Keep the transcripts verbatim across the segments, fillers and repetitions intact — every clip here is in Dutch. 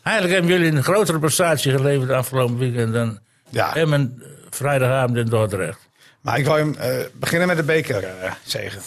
Eigenlijk hebben jullie een grotere prestatie geleverd afgelopen weekend dan Ja. Emmen vrijdagavond in Dordrecht. Maar ik wil hem uh, beginnen met de bekerzegen.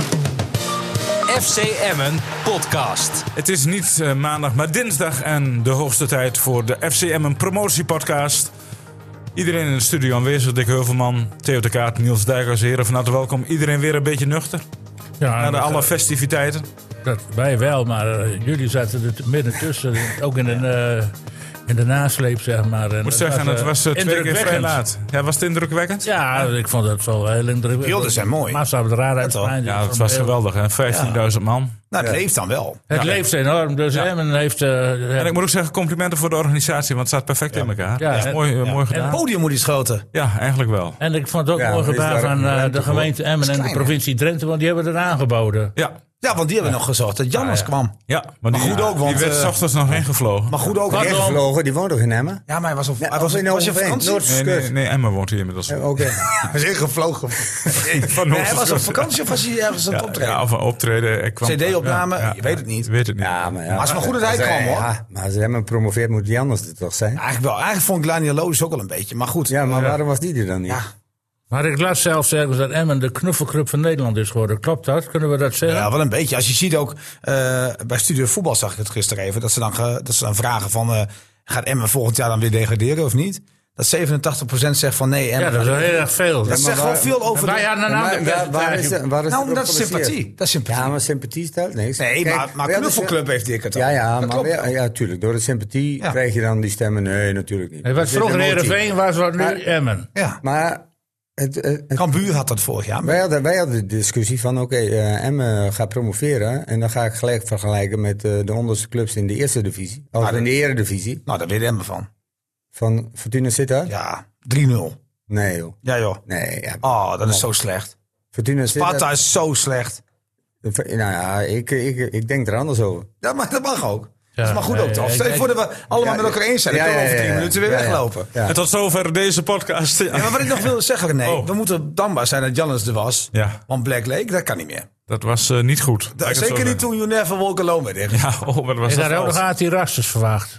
F C Emmen podcast. Het is niet uh, maandag, maar dinsdag en de hoogste tijd voor de F C Emmen promotiepodcast. Iedereen in de studio aanwezig, Dick Heuvelman, Theo de Kaart, Niels Dijkers, heren van harte welkom. Iedereen weer een beetje nuchter Ja, na de dat, alle festiviteiten. Dat, wij wel, maar uh, jullie zaten er midden tussen. Ook in de, uh, in de nasleep, zeg maar. Ik moet zeggen, het was uh, twee keer vrij laat. Ja, was het indrukwekkend? Ja, ik vond het wel heel indrukwekkend. Beelden zijn mooi. Massa op de raar uit. Ja, Ja, het was geweldig, hè? vijftienduizend man. Nou, het ja. leeft dan wel. Het Ja. leeft enorm, dus Ja. Emmen heeft... Uh, En ik moet ook zeggen, complimenten voor de organisatie, want het staat perfect Ja. in elkaar. Ja. Ja. Ja. Mooi, uh, Ja. mooi En gedaan. het podium moet iets groter. Ja, eigenlijk wel. En ik vond het ook Ja, mooi is gedaan daar van een uh, ruimte de voor? gemeente Emmen en klein, de hè? provincie Drenthe, want die hebben het aangeboden. Ja, Ja, want die hebben nog gezorgd dat Jannes Ah, ja. kwam. ja. Maar, die, Maar goed ook, want, die werd 's uh, ochtends nog ingevlogen. Maar goed ook. Wat Ja, dan? Gevlogen, die woont toch in Emmen? maar hij was op Ja, hij was, of in was je op Overveen, vakantie? Noord- Nee, nee, nee, Emma woont hier inmiddels. Eh, Oké. Hij is ingevlogen. Van Nee, hij was op Noord- vakantie of was hij ergens aan het Ja, optreden? ja, of een optreden. Ik kwam- C D-opname? Ja, ja, Je weet het niet. Ik weet het niet. Ja, maar, ja, Maar het is maar goed dat hij als kwam, hoor. Ja, maar als Emmen promoveert moet die anders het toch zijn? Eigenlijk wel. Eigenlijk vond ik Lanier Loos ook wel een beetje. Maar goed. Ja, maar Uh, waarom was die er dan niet? ja. Maar ik las zelfs ergens dat Emmen de knuffelclub van Nederland is geworden. Klopt dat? Kunnen we dat zeggen? Ja, wel een beetje. Als je ziet ook, uh, bij Studio Voetbal zag ik het gisteren even, dat ze dan, ge, dat ze dan vragen van, uh, gaat Emmen volgend jaar dan weer degraderen of niet? Dat zevenentachtig procent zegt van nee, Emmen. Ja, dat is wel heel erg veel. Dat maar zegt wel waar- veel over En de... wij hadden een Ja, ander maar waar, waar is, percentage. waar is Nou, het dat is op gebaseerd? sympathie. Dat is sympathie. Ja, maar sympathie stelt niks. Nee, Kijk, maar, maar we hadden- knuffelclub heeft Dick het al. Ja, ja, Dat maar klopt we- wel. ja, tuurlijk. Door de sympathie Ja. krijg je dan die stemmen. Nee, natuurlijk niet. Hey, wat Er zit vroeger emotie. Heerenveen was, wat nu Maar- Emmen. Ja. Maar het, het, het- Cambuur had dat vorig jaar. wij, hadden, wij hadden de discussie van oké, okay, Emmen gaat promoveren. En dan ga ik gelijk vergelijken met uh, de onderste clubs in de eerste divisie. Of Maar in de- de eredivisie. Nou, daar weet Emmen van. Van Fortuna Sittard? Ja, drie nul. Nee joh. Ja joh. Nee, ja. Oh, dat is zo slecht. Fortuna Sittard. Sparta is zo slecht. Nou ja, ik, ik, ik denk er anders over. Ja, maar dat mag ook. Ja, dat is maar goed ook nee, toch? ik- Stel je voor dat we allemaal Ja, met elkaar eens zijn. Dan ja, kunnen we ja, over drie ja, minuten weer ja, ja. weglopen. Ja. En tot zover deze podcast. Ja. Ja, maar wat ik nog wilde zeggen, René. Oh. We moeten dankbaar zijn dat Jannes er was. Ja. Want Black Lake, dat kan niet meer. Dat was uh, niet goed. Dat, Laat ik het zeker zo niet toen You Never Walk Alone werd. zeggen. Ja, oh, wat was Ik dat had ook nog vals. Aartie Rasters verwacht.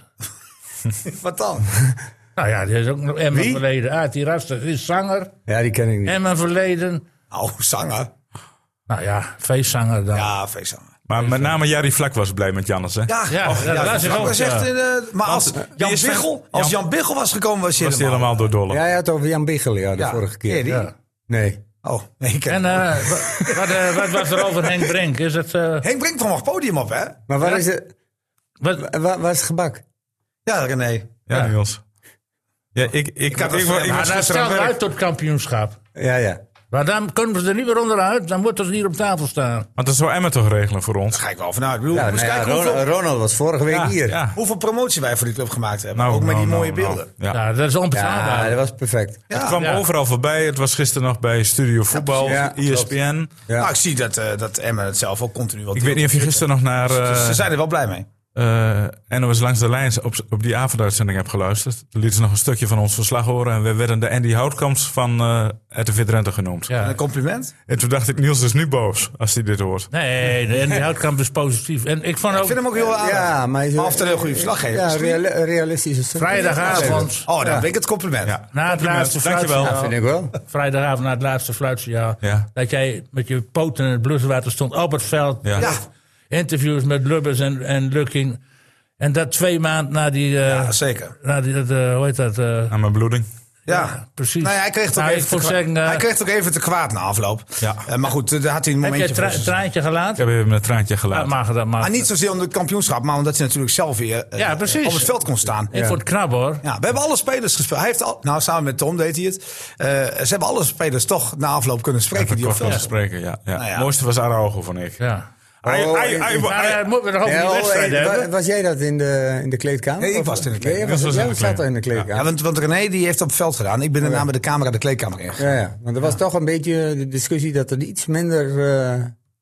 Wat dan? Nou ja, die is ook nog Emmen Wie? verleden. Aartie Rasters is zanger. Ja, die ken ik niet. Emmen verleden. Oh, zanger. Nou ja, feestzanger dan. Ja, feestzanger. Maar met name Jari Vlak was blij met Jannes, hè? Ja, Ja, och, dat ja, was ik dat ook, was echt, ja. uh, maar als die Jan is van- Biggel, als Jan- Jan Biggel was gekomen, was je Was hij helemaal door dolle. Ja, je had het over Jan Biggel, ja, de Ja. vorige Ken je keer. die? Ja. Nee. Oh, nee, ik ken En hem. uh, wat, wat, uh, wat was er over Henk Brink? Is het... Uh, Henk brengt van het podium op, hè? Maar waar Ja? is het, wat, waar, waar is het gebak? Ja, René. Ja, Niels. Ja, ik, ik, ik, had ik, het- ik, ik maar was dan gisteren stel aan je het werk. uit tot kampioenschap. Ja, ja. Maar dan kunnen we er niet meer onderuit. Dan moet het hier op tafel staan. Want dat zou Emmen toch regelen voor ons? Daar ga ik wel vanuit. Ik bedoel, ja, we moeten nou ja, kijken Ronald, hoeveel, Ronald was vorige week Ja, hier. ja. hoeveel promotie wij voor die club gemaakt hebben. Nou, ook met nou, die nou, mooie nou. beelden. Ja. Ja, dat is Ja, onbetaalbaar. dat was perfect. Ja. Het kwam Ja. overal voorbij. Het was gisteren nog bij Studio Voetbal, Ja, E S P N. Ja. Nou, ik zie dat, uh, dat Emmen het zelf ook continu wat Ik weet niet of je gisteren nog naar Dus uh, ze zijn er wel blij mee. uh, N O S Langs de Lijn op, op die avonduitzending hebt geluisterd. Toen lieten ze nog een stukje van ons verslag horen. En we werden de Andy Houtkamps van uh, R T V Drenthe genoemd. Ja. Een compliment. En toen dacht ik, Niels is nu boos als hij dit hoort. Nee, de Andy Houtkamp is positief. En ik vond Ik ook vind hem ook heel aardig. Ja, maar, hij is- Maar of het een heel goede verslaggever Ja, is. reali- realistische stunt. vrijdagavond, Oh, dan Ja. heb ik het compliment. Ja. na het laatste Dankjewel. Ja, vind ik wel. vrijdagavond na het laatste fluitsignaal, Ja. dat jij met je poten in het bluswater stond op het veld. Ja. Ja. Interviews met Lubbers en, en Lukking. En dat twee maanden na die... Uh, Ja, zeker. na die dat, uh, hoe heet dat? Uh, Aan mijn bloeding. Ja, precies. Nou ja, hij, kreeg het ook Nou, ik even te moet kwa- zeggen, uh, hij kreeg het ook even te kwaad na afloop. Ja. Uh, maar goed, uh, daar had hij een heb je momentje een tra- voor zich. traantje Ik gelaten? heb even een traantje Dat gelaten. mag, dat mag. Maar niet zozeer om het kampioenschap, maar omdat hij natuurlijk zelf weer uh, Ja, precies. op het veld kon staan. Ik vond het knap hoor. Ja, we hebben alle spelers gespeeld. Hij heeft al, nou, samen met Tom deed hij het. Uh, ze hebben alle spelers toch na afloop kunnen spreken. Die op Kort het van veld te spreken, ja. ja. Nou ja. Het mooiste was Araujo, vond ik. Ja. Ai, Oh, ai, ik- ai, ik- Maar ai. uh, moeten we nog over Ja, die oh, wedstrijd hey, hebben? wa- was jij dat in de, in de kleedkamer? Nee, ik Of- was in de Nee, kleedkamer. jij was, Dat was in jij de zat kleedkamer. in de kleedkamer. Ja, want, want René die heeft op het veld gedaan. Ik ben daarna met de camera de kleedkamer ingegaan. Ja, ja, want er was toch een beetje de discussie dat er iets minder... eh,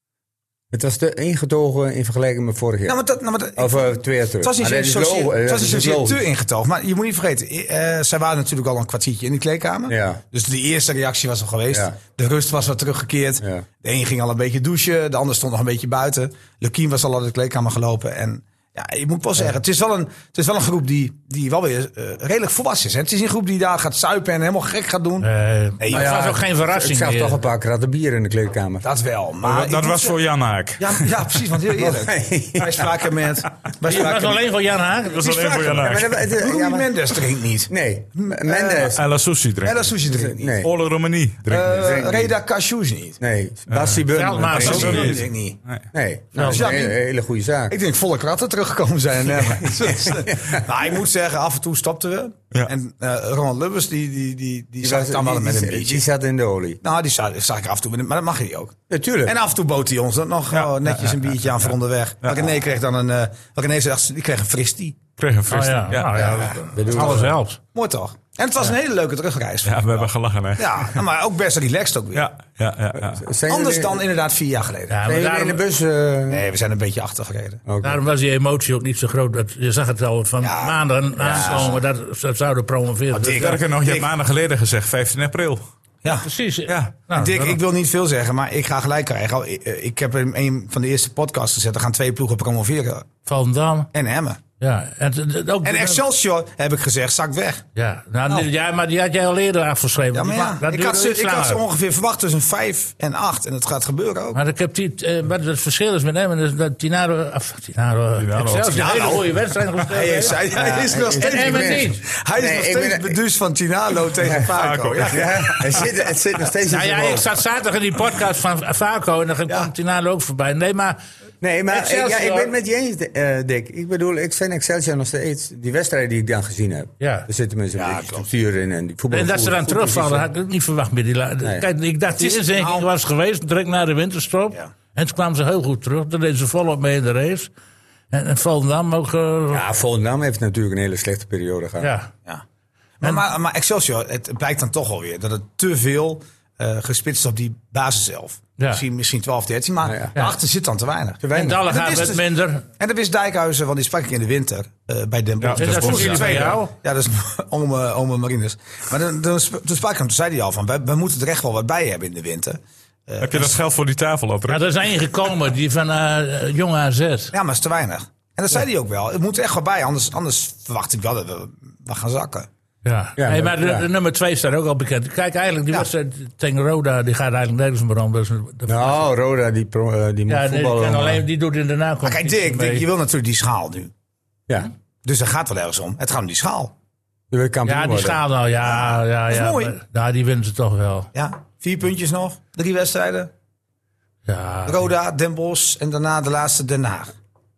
het was te ingetogen in vergelijking met vorig jaar. Nou, maar dat, nou, maar dat, of uh, twee jaar terug. het was niet Maar dat is zozeer logisch, het was dat niet is zozeer logisch. te ingetogen. Maar je moet niet vergeten, uh, zij waren natuurlijk al een kwartiertje in de kleedkamer. Ja. Dus de eerste reactie was al geweest. Ja. De rust was wat teruggekeerd. Ja. De een ging al een beetje douchen. De ander stond nog een beetje buiten. Lukien was al uit de kleedkamer gelopen. En Ja, je moet wel zeggen, het is wel een, het is wel een groep die, die wel weer uh, redelijk volwassen is. Hè? Het is een groep die daar gaat suipen en helemaal gek gaat doen. Uh, nee, maar het ja, was ook geen verrassing Ik zag meer. toch een paar kratten bier in de kleedkamer. Dat wel. Maar Maar dat ik was moet voor Jan Haak. Ja, ja, precies, want heel eerlijk. Nee. Wij spraken met... Wij Dat spraken was alleen voor Jan Haak. Dat was alleen voor Jan Haak. Ja, maar dat- Louis ja, maar- Mendes drinkt niet. Nee, M- Mendes. El Sushi En drinken. dat sushi drinkt niet. Nee. Ole Romani drinken. Uh, drinkt niet. Reda Cashews niet. Nee, Bassie Bun. Veldmaat. Nee, Bassie Dat Bun. drinkt niet. Nee, nou, dat is Ja, een hele, hele goede zaak. Ik denk volle kratten teruggekomen zijn. Nee, maar- nou, ik moet zeggen, af en toe stopten we. Ja. En uh, Ronald Lubbers, die, die, die, die, Die, zat was- dan wel die- met een die- biertje. die zat in de olie. Nou, die zag, zag ik af en toe, maar dat mag hij ook. Natuurlijk. En af en toe bood hij ons dan nog Ja. oh, netjes een biertje aan voor onderweg. Ja. René kreeg dan een, uh, René zegt, die kreeg een fristie. Kreeg een fris. Oh, ja. ja. Nou, ja, We doen alles wel. helpt. Mooi toch? En het was een hele leuke terugreis. Ja, we hebben gelachen, hè? Ja, nou, maar ook best relaxed ook weer. Ja, ja, ja. ja. Zijn Anders jullie- dan inderdaad vier jaar geleden. Ja, maar Zijn jullie in daarom, de bus? eh, Nee, we zijn een beetje achtergereden. oké. daarom was die emotie ook niet zo groot. Dat, je zag het al van Ja. maanden aankomen. Dat, dat zouden promoveren. Dick, Dus- Sterker nog, je hebt Dick. maanden geleden gezegd, vijftien april. Ja. Precies. Ja. Nou, Dick, daarom. ik wil niet veel zeggen, maar ik ga gelijk krijgen. Ik, ik heb in een van de eerste podcasts gezet. Er gaan twee ploegen promoveren. Volendam. En Emmen. Ja. En, en, ook, En Excelsior, heb ik gezegd, zak weg. Ja, nou, ja, maar die had jij al eerder afgeschreven. Ja, maar Die- ja, dat ik duurde had, ze, iets ik had ze langer. ongeveer verwacht tussen vijf en acht. En het gaat gebeuren ook. Maar ik heb die, uh, wat het verschil is met hem, is dat Tinaro, of Tinaro, Tinaro. Excelsior een Tinaro. hele mooie wedstrijd gespeeld Hij is, heeft. hij, hij is nog steeds En Emmen beduusd. niet. Hij is Nee, nog ik steeds ben- beduusd van Tinalo tegen Vaco. Ja. Ja, het, zit, het zit nog steeds in Nou zijn ja, ik hoofd. zat zaterdag in die podcast van Vaco en dan kwam Ja. Tinaro ook voorbij. Nee, maar Nee, maar ik, ja, ik Excelsior- ben het met je eens, eh, Dick. Ik bedoel, ik vind Excelsior nog steeds... Die wedstrijden die ik dan gezien heb. Ja. Er zitten mensen een Ja, beetje klopt. structuur in. En, die voetbal, en dat ze dan voetbal- terugvallen, voetbal- had ik ook niet verwacht meer. Die la- Nee. Kijk, ik dacht die is- inzinking nou- was geweest, direct na de winterstop. Ja. En toen kwamen ze heel goed terug. Toen deden ze volop mee in de race. En, en Volendam ook. uh, Ja, Volendam heeft natuurlijk een hele slechte periode gehad. ja. Ja. Maar, maar, maar Excelsior, het blijkt dan toch alweer dat het te veel uh, gespitst is op die basiself. Ja. Misschien, misschien twaalf, dertien, maar Ja, ja. daarachter zit dan te weinig. Te En weinig. Dallen dat gaat is met dus- minder. En dat wist Dijkhuizen, want die sprak ik in de winter uh, bij Den Bosch. Ja, is dat vroeg familie hij van tweede. jou? Ja, dat is ome, ome Marines. Maar dan, dan, toen sprak ik hem, toen zei hij al van, wij, wij moeten er echt wel wat bij hebben in de winter. Uh, Heb je dat geld voor die tafel op? Ja, er is één gekomen, die van uh, Jong A Z. Ja, maar het is te weinig. En dat zei hij ook wel. Het moet er echt wel bij, anders, anders verwacht ik wel dat we, we gaan zakken. Ja. Ja, Hey, maar- maar de, ja. de nummer twee staat ook al bekend. Kijk, eigenlijk, die Ja. wedstrijd tegen Roda, die gaat eigenlijk nergens meer om. Dus de- Nou, Roda, die, pro, eh, die moet ja, nee, die, voetballen. kan maar- alleen, die doet in de nakomst. Maar kijk, Dick, Dick, je wil natuurlijk die schaal nu. Ja, Dus daar gaat wel ergens om. Het gaat om die schaal. je wil kampioen Ja, die worden. schaal nou, ja, ja, is ja. mooi. maar- nou, die winnen ze toch wel. Ja, vier puntjes nog. Drie wedstrijden. Ja, Roda, Den Bosch en daarna de laatste Den Haag.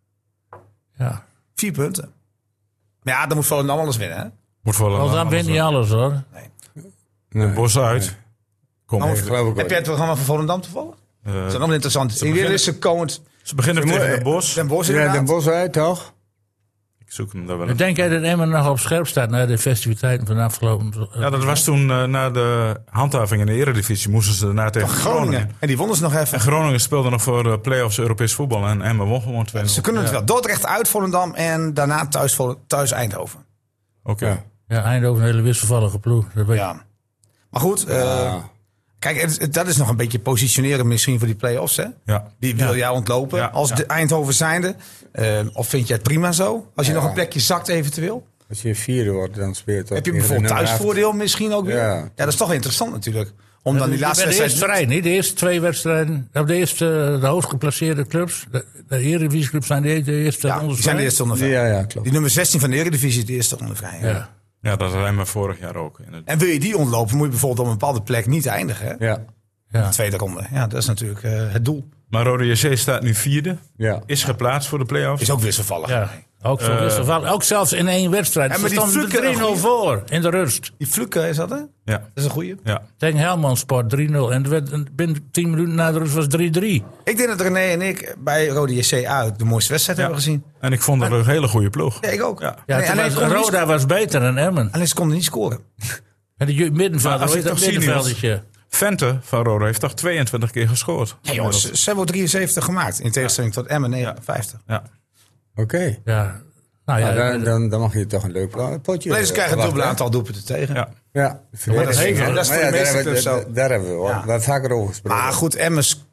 ja. Vier punten. Maar ja, dan moet Volendam alles winnen, hè? Moet voor Want dan wint niet alles, hoor. Nee. Bos uit. Kom Nou, Dat geloof ik Heb ook. jij het programma van Volendam toevallig? Eh, Dat is nog een interessant. Wie beginnen- is ze komend? Ze beginnen Ze tegen mo- de Bos. Den Bosch Ja, inderdaad. Den Bosch uit, toch? Ik zoek hem daar wel Ik op. denk jij dat Emmen nog op scherp staat na de festiviteiten van de afgelopen... Ja, dat was toen uh, na de handhaving in de Eredivisie. Moesten ze daarna tegen Groningen. Groningen. En die wonnen ze nog even. En Groningen speelde nog voor de play-offs Europees voetbal. En Emmen won gewoon twee nul. Ze kunnen het wel. Dordrecht uit Volendam en daarna thuis, Vol- thuis Eindhoven. Oké. Ja. Ja, Eindhoven een hele wisselvallige ploeg. Dat weet je. Ja. Maar goed, eh, Ja. kijk, het- het- dat is nog een beetje positioneren misschien voor die play-offs, hè? Ja. Die wil jij ontlopen Ja, als ja. de Eindhoven zijnde. Eh, of vind je het prima zo? Als je Ja. nog een plekje zakt eventueel. Als je vierde wordt, dan speel je toch... Heb je tegen de bijvoorbeeld nummer acht. thuisvoordeel misschien ook weer? Ja. Ja, dat is toch interessant natuurlijk. Om dan die Je laatste bent de wedstrijd... eerste vrij, niet? De eerste twee wedstrijden, of de eerste, de hoogst geplaceerde clubs, de, de Eredivisieclubs zijn de, de eerste Ja, rondes die zijn de vrij. eerste onder vrij. Ja, ja, klopt. Die nummer zestien van de Eredivisie is de eerste onder vrij. Ja. Ja. Ja, dat had Emmen vorig jaar ook. In het... En wil je die ontlopen, moet je bijvoorbeeld op een bepaalde plek niet eindigen. Hè? Ja, Ja. Tweede ronde. Ja, dat is natuurlijk eh, het doel. Maar Rode J C staat nu vierde. ja. Is geplaatst voor de play-offs. Is ook wisselvallig. Ja. Ook, zo Eh, wisselvallig. Ook zelfs in één wedstrijd. Ja, Ze maar die stonden Fluke- drie nul voor in de rust. Die Fluke is dat, hè? Dat Ja. is een goeie. Ja. Tegen Helmond Sport drie nul. En het werd, binnen tien minuten na de rust was drie drie. Ik denk dat René en ik bij Rode J C uit de mooiste wedstrijd Ja. hebben gezien. En ik vond het een hele goede ploeg. Ja, ik ook. Ja. Ja, Nee, toen alleen, was, ze konden niet, Roda was beter dan Emmen. alleen ze konden niet scoren. En de ju- middenveld, Maar als hoe ik heet dat toch zie, middenveldetje? Vente van Roda heeft toch tweeëntwintig keer gescoord. Ja, jongens, ze, ze hebben wel drieënzeventig gemaakt. In tegenstelling tot Emmen negenenvijftig. Ja. Oké. Ja. Nou ja, Nou, dan, dan, dan mag je toch een leuk potje. Alleen ze krijgen een eh, dubbel wachten. aantal doelpunten tegen. Ja. Ja, dat is- zeker. dat is voor Maar de ja, meeste daar hebben we- clubs zo. daar- Daar hebben we wel Ja. wat vaker over gesproken. Maar goed, Emmen s-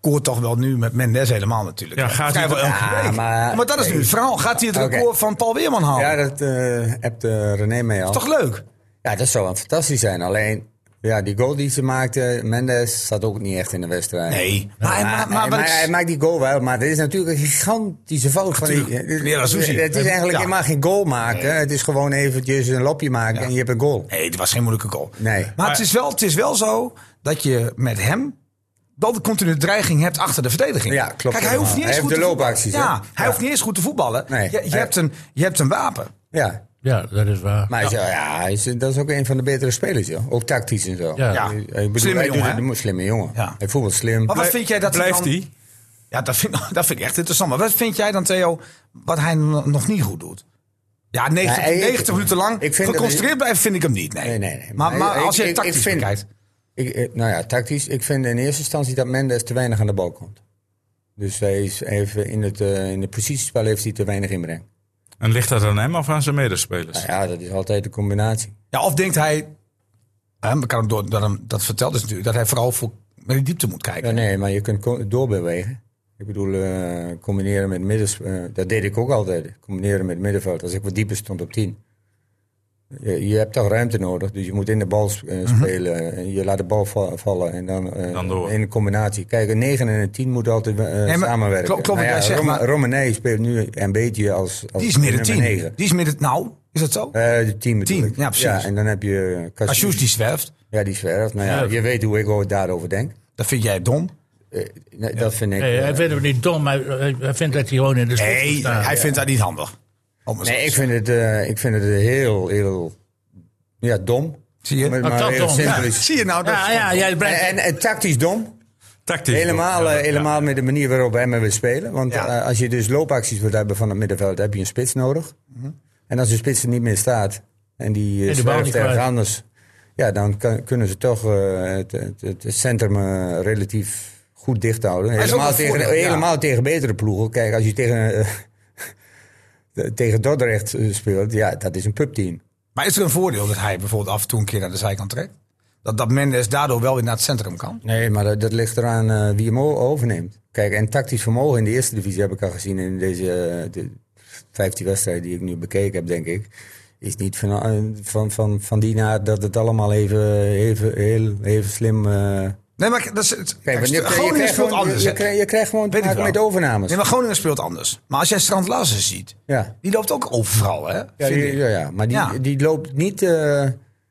record toch wel nu met Mendes helemaal natuurlijk. Ja, gaat hij Vrijwel het- elke Ja, week. maar- maar dat is nu het verhaal. Gaat hij het Oké. record van Paul Weerman halen? Ja, dat uh, hebt uh, René mee al. Dat is toch leuk? Ja, dat zou wel fantastisch zijn. Alleen, ja, die goal die ze maakte, Mendes zat ook niet echt in de wedstrijd. Nee. Maar, Maar, maar, maar, maar, wat ik- hij maakt die goal wel, maar dit is natuurlijk een gigantische fout van die. Natuurlijk. Ja, dat is Suzy. Het is eigenlijk Ja. helemaal geen goal maken. Nee. Het is gewoon eventjes een lopje maken en je hebt een goal. Nee, het was geen moeilijke goal. Nee. Maar het is, wel, het is wel zo dat je met hem wel de continue dreiging hebt achter de verdediging. Ja, klopt Kijk, hij hoeft niet helemaal. eens Hij goed heeft te de voetballen. loopacties, Ja, hè? hij Ja. hoeft niet eens goed te voetballen. Nee. Je, je, Hij- hebt een, je hebt een wapen. Ja. Ja, dat is waar. Maar hij is, ja, hij is, dat is ook een van de betere spelers, joh. Ook tactisch en zo. Ja. Ja. Hij- hij bedoel, Slimme hij jongen, doet hè? het- Een slimme jongen. Ja. Hij voetbalt slim. Maar wat vind jij dat hij Blijft dan- hij? Ja, dat vind, dat vind ik echt interessant. Maar wat vind jij dan, Theo, wat hij n- nog niet goed doet? Ja, negentig, Ja, ik- negentig minuten lang ik vind dat geconcentreerd blijven vind ik hem niet. Nee, Nee, nee, nee. Maar, Maar maar ik- als je ik- tactisch ik vind- bekijkt. Ik, eh, nou ja, tactisch. Ik vind in eerste instantie dat Mendes te weinig aan de bal komt. Dus hij is even in het, uh, in het positiespel heeft hij te weinig inbreng. En ligt dat aan hem of aan zijn medespelers? Nou ja, dat is altijd een combinatie. Ja, of denkt hij, hè, maar kan hem door, dat, hem, dat vertelt dus natuurlijk, dat hij vooral voor, naar die diepte moet kijken. Ja, nee, maar je kunt co- doorbewegen. Ik bedoel, uh, combineren met middens... Uh, dat deed ik ook altijd. Combineren met middenveld. Als ik wat dieper stond op tien. Je, je hebt toch ruimte nodig. Dus je moet in de bal uh, Mhm. spelen. En je laat de bal va- vallen. En dan, uh, Dan door. in een combinatie. Kijk, een negen en een tien moeten altijd uh, maar samenwerken. klopt- klopt wat Nou jij zegt, Roma- maar- Romanei speelt nu een beetje als, als Die is midden nummer tien. negen. Die is midden, nou, is dat zo? Uh, de tien bedoel Tien, ik. ja, precies. Ja, en dan heb je uh, Asjoes die zwerft, Ja, die zwerft. Nou ja, Ja. je weet hoe ik over daarover denk. dat vind jij dom. Uh, nee, dat vind ik... Nee, uh, hij vindt het niet dom, maar hij hij vindt dat hij gewoon in de spits moet Nee, staan. hij vindt dat niet handig. Om maar zo Nee, te ik zeggen. vind het, uh, ik vind het heel, heel ja, dom. Zie je? Maar, Oh, maar dat heel dom, simpel ja. is. Zie je nou? Dat Ja, is ja, dom. jij brengt... En, en tactisch dom. Tactisch. Helemaal, Ja, uh, ja. helemaal met de manier waarop hij wil spelen. Want Ja. uh, als je dus loopacties wilt hebben van het middenveld, heb je een spits nodig. En als de spits er niet meer staat en die uh, En de bal zwerft niet ergens kwijt. anders, ja, dan kan- kunnen ze toch uh, het, het, het centrum uh, relatief goed dicht houden. is ook Helemaal, een tegen, voordeel, ja. helemaal tegen betere ploegen. Kijk, als je tegen, uh, tegen Dordrecht uh, speelt, ja, dat is een pubteam. Maar is er een voordeel dat hij bijvoorbeeld af en toe een keer naar de zijkant trekt? Dat, dat Mendes daardoor wel weer naar het centrum kan? Nee, maar dat, dat ligt eraan uh, wie hem o- overneemt. Kijk, en tactisch vermogen in de eerste divisie heb ik al gezien in deze uh, de vijftien wedstrijden die ik nu bekeken heb, denk ik. Is niet van, uh, van, van, van die naad dat het allemaal even, even, heel, even slim... Uh, Nee, maar dat is, het, Kijk, kijk, want je, je, Groningen krijgt speelt gewoon, anders. je, hè? krijgt, je krijgt gewoon te Weet ik maken wel. met overnames. Nee, maar Groningen speelt anders. Maar als jij Strand Larsen ziet, ja. die loopt ook overal, hè? Ja, Vind die, ik. ja, ja, maar die, Ja. die loopt niet uh,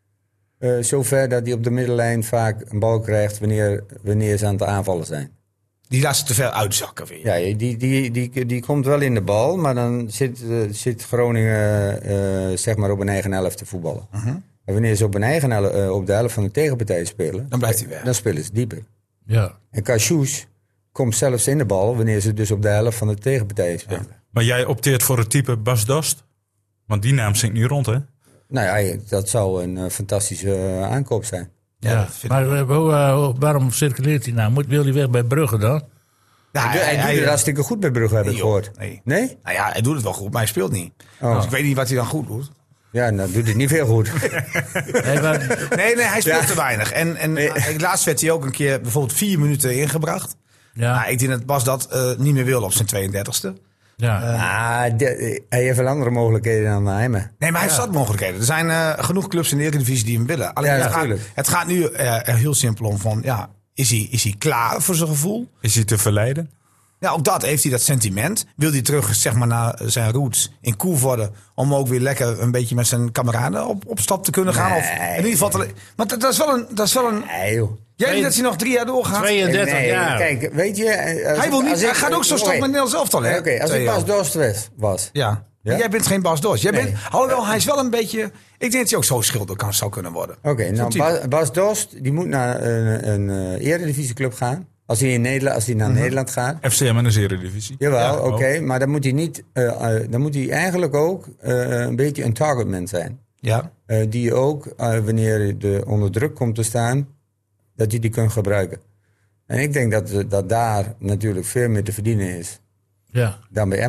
uh, zo ver dat hij op de middenlijn vaak een bal krijgt wanneer, wanneer ze aan het aanvallen zijn. Die laat ze te ver uitzakken, vind je? Ja, die, die, die, die komt wel in de bal, maar dan zit, uh, zit Groningen uh, zeg maar op een eigen helft te voetballen. Uh-huh. En wanneer ze op, een eigen helft, uh, op de helft van de tegenpartij spelen, Dan blijft hij weg. dan spelen ze dieper. Ja. En Cassius komt zelfs in de bal wanneer ze dus op de helft van de tegenpartij spelen. Maar jij opteert voor het type Bas Dost? Want die naam zingt niet rond, hè? Nou ja, dat zou een uh, fantastische uh, aankoop zijn. Ja, Ja, dat vind maar uh, hoe, uh, hoe- waarom circuleert hij nou? Moet, wil hij weg bij Brugge dan? Ja, hij, hij, hij doet het hartstikke goed bij Brugge, heb ik Nee, gehoord. joh, nee. Nee? Nou ja, hij doet het wel goed, maar hij speelt niet. Oh. Dus ik weet niet wat hij dan goed doet. Ja, dan doet het niet veel goed. Nee, maar, Nee, nee, hij speelt Ja. te weinig. En, en ik- laatst werd hij ook een keer bijvoorbeeld vier minuten ingebracht. ja, Nou, ik denk dat Bas dat uh, niet meer wil op zijn tweeëndertigste. ja. Ah, de- hij heeft wel andere mogelijkheden dan Heimen. Nee, maar hij heeft zat mogelijkheden. Er zijn uh, genoeg clubs in de Eredivisie die hem willen. Alleen Ja, het, gaat, natuurlijk. het gaat nu uh, er heel simpel om van, ja, is hij, is hij klaar voor zijn gevoel? Is hij te verleiden? Ja, ook dat heeft hij dat sentiment. Wil hij terug zeg maar, naar zijn roots in Koevoorde om ook weer lekker een beetje met zijn kameraden op, op stap te kunnen gaan? Of in ieder geval te, maar dat, dat is wel een... Dat is wel een Nee, joh. jij denkt dat hij nog drie jaar doorgaat? tweeëndertig Nee, jaar. Kijk, weet je... Als Hij, ik- wil niet, als hij ik- gaat ook zo oké. stap met Nederlands elftal, hè? Oké, als ik Theo. Bas Dost was- was. Ja. Ja? Maar jij bent geen Bas Dost. Jij Nee. bent, alhoewel, hij is wel een beetje... Ik denk dat hij ook zo schilder kan, zou kunnen worden. Oké, Zo'n nou, type. Bas, Bas Dost die moet naar een, een uh, eredivisieclub gaan. Als hij, in Nederland, als hij naar Nederland gaat. F C M en de Eredivisie. Jawel, Ja, oké. Maar dan moet hij niet... Uh, uh, dan moet hij eigenlijk ook uh, een beetje een targetman zijn. Ja. Uh, die ook, uh, wanneer de onder druk komt te staan, dat hij die kunt gebruiken. En ik denk dat, dat daar natuurlijk veel meer te verdienen is Ja. dan bij Emmen.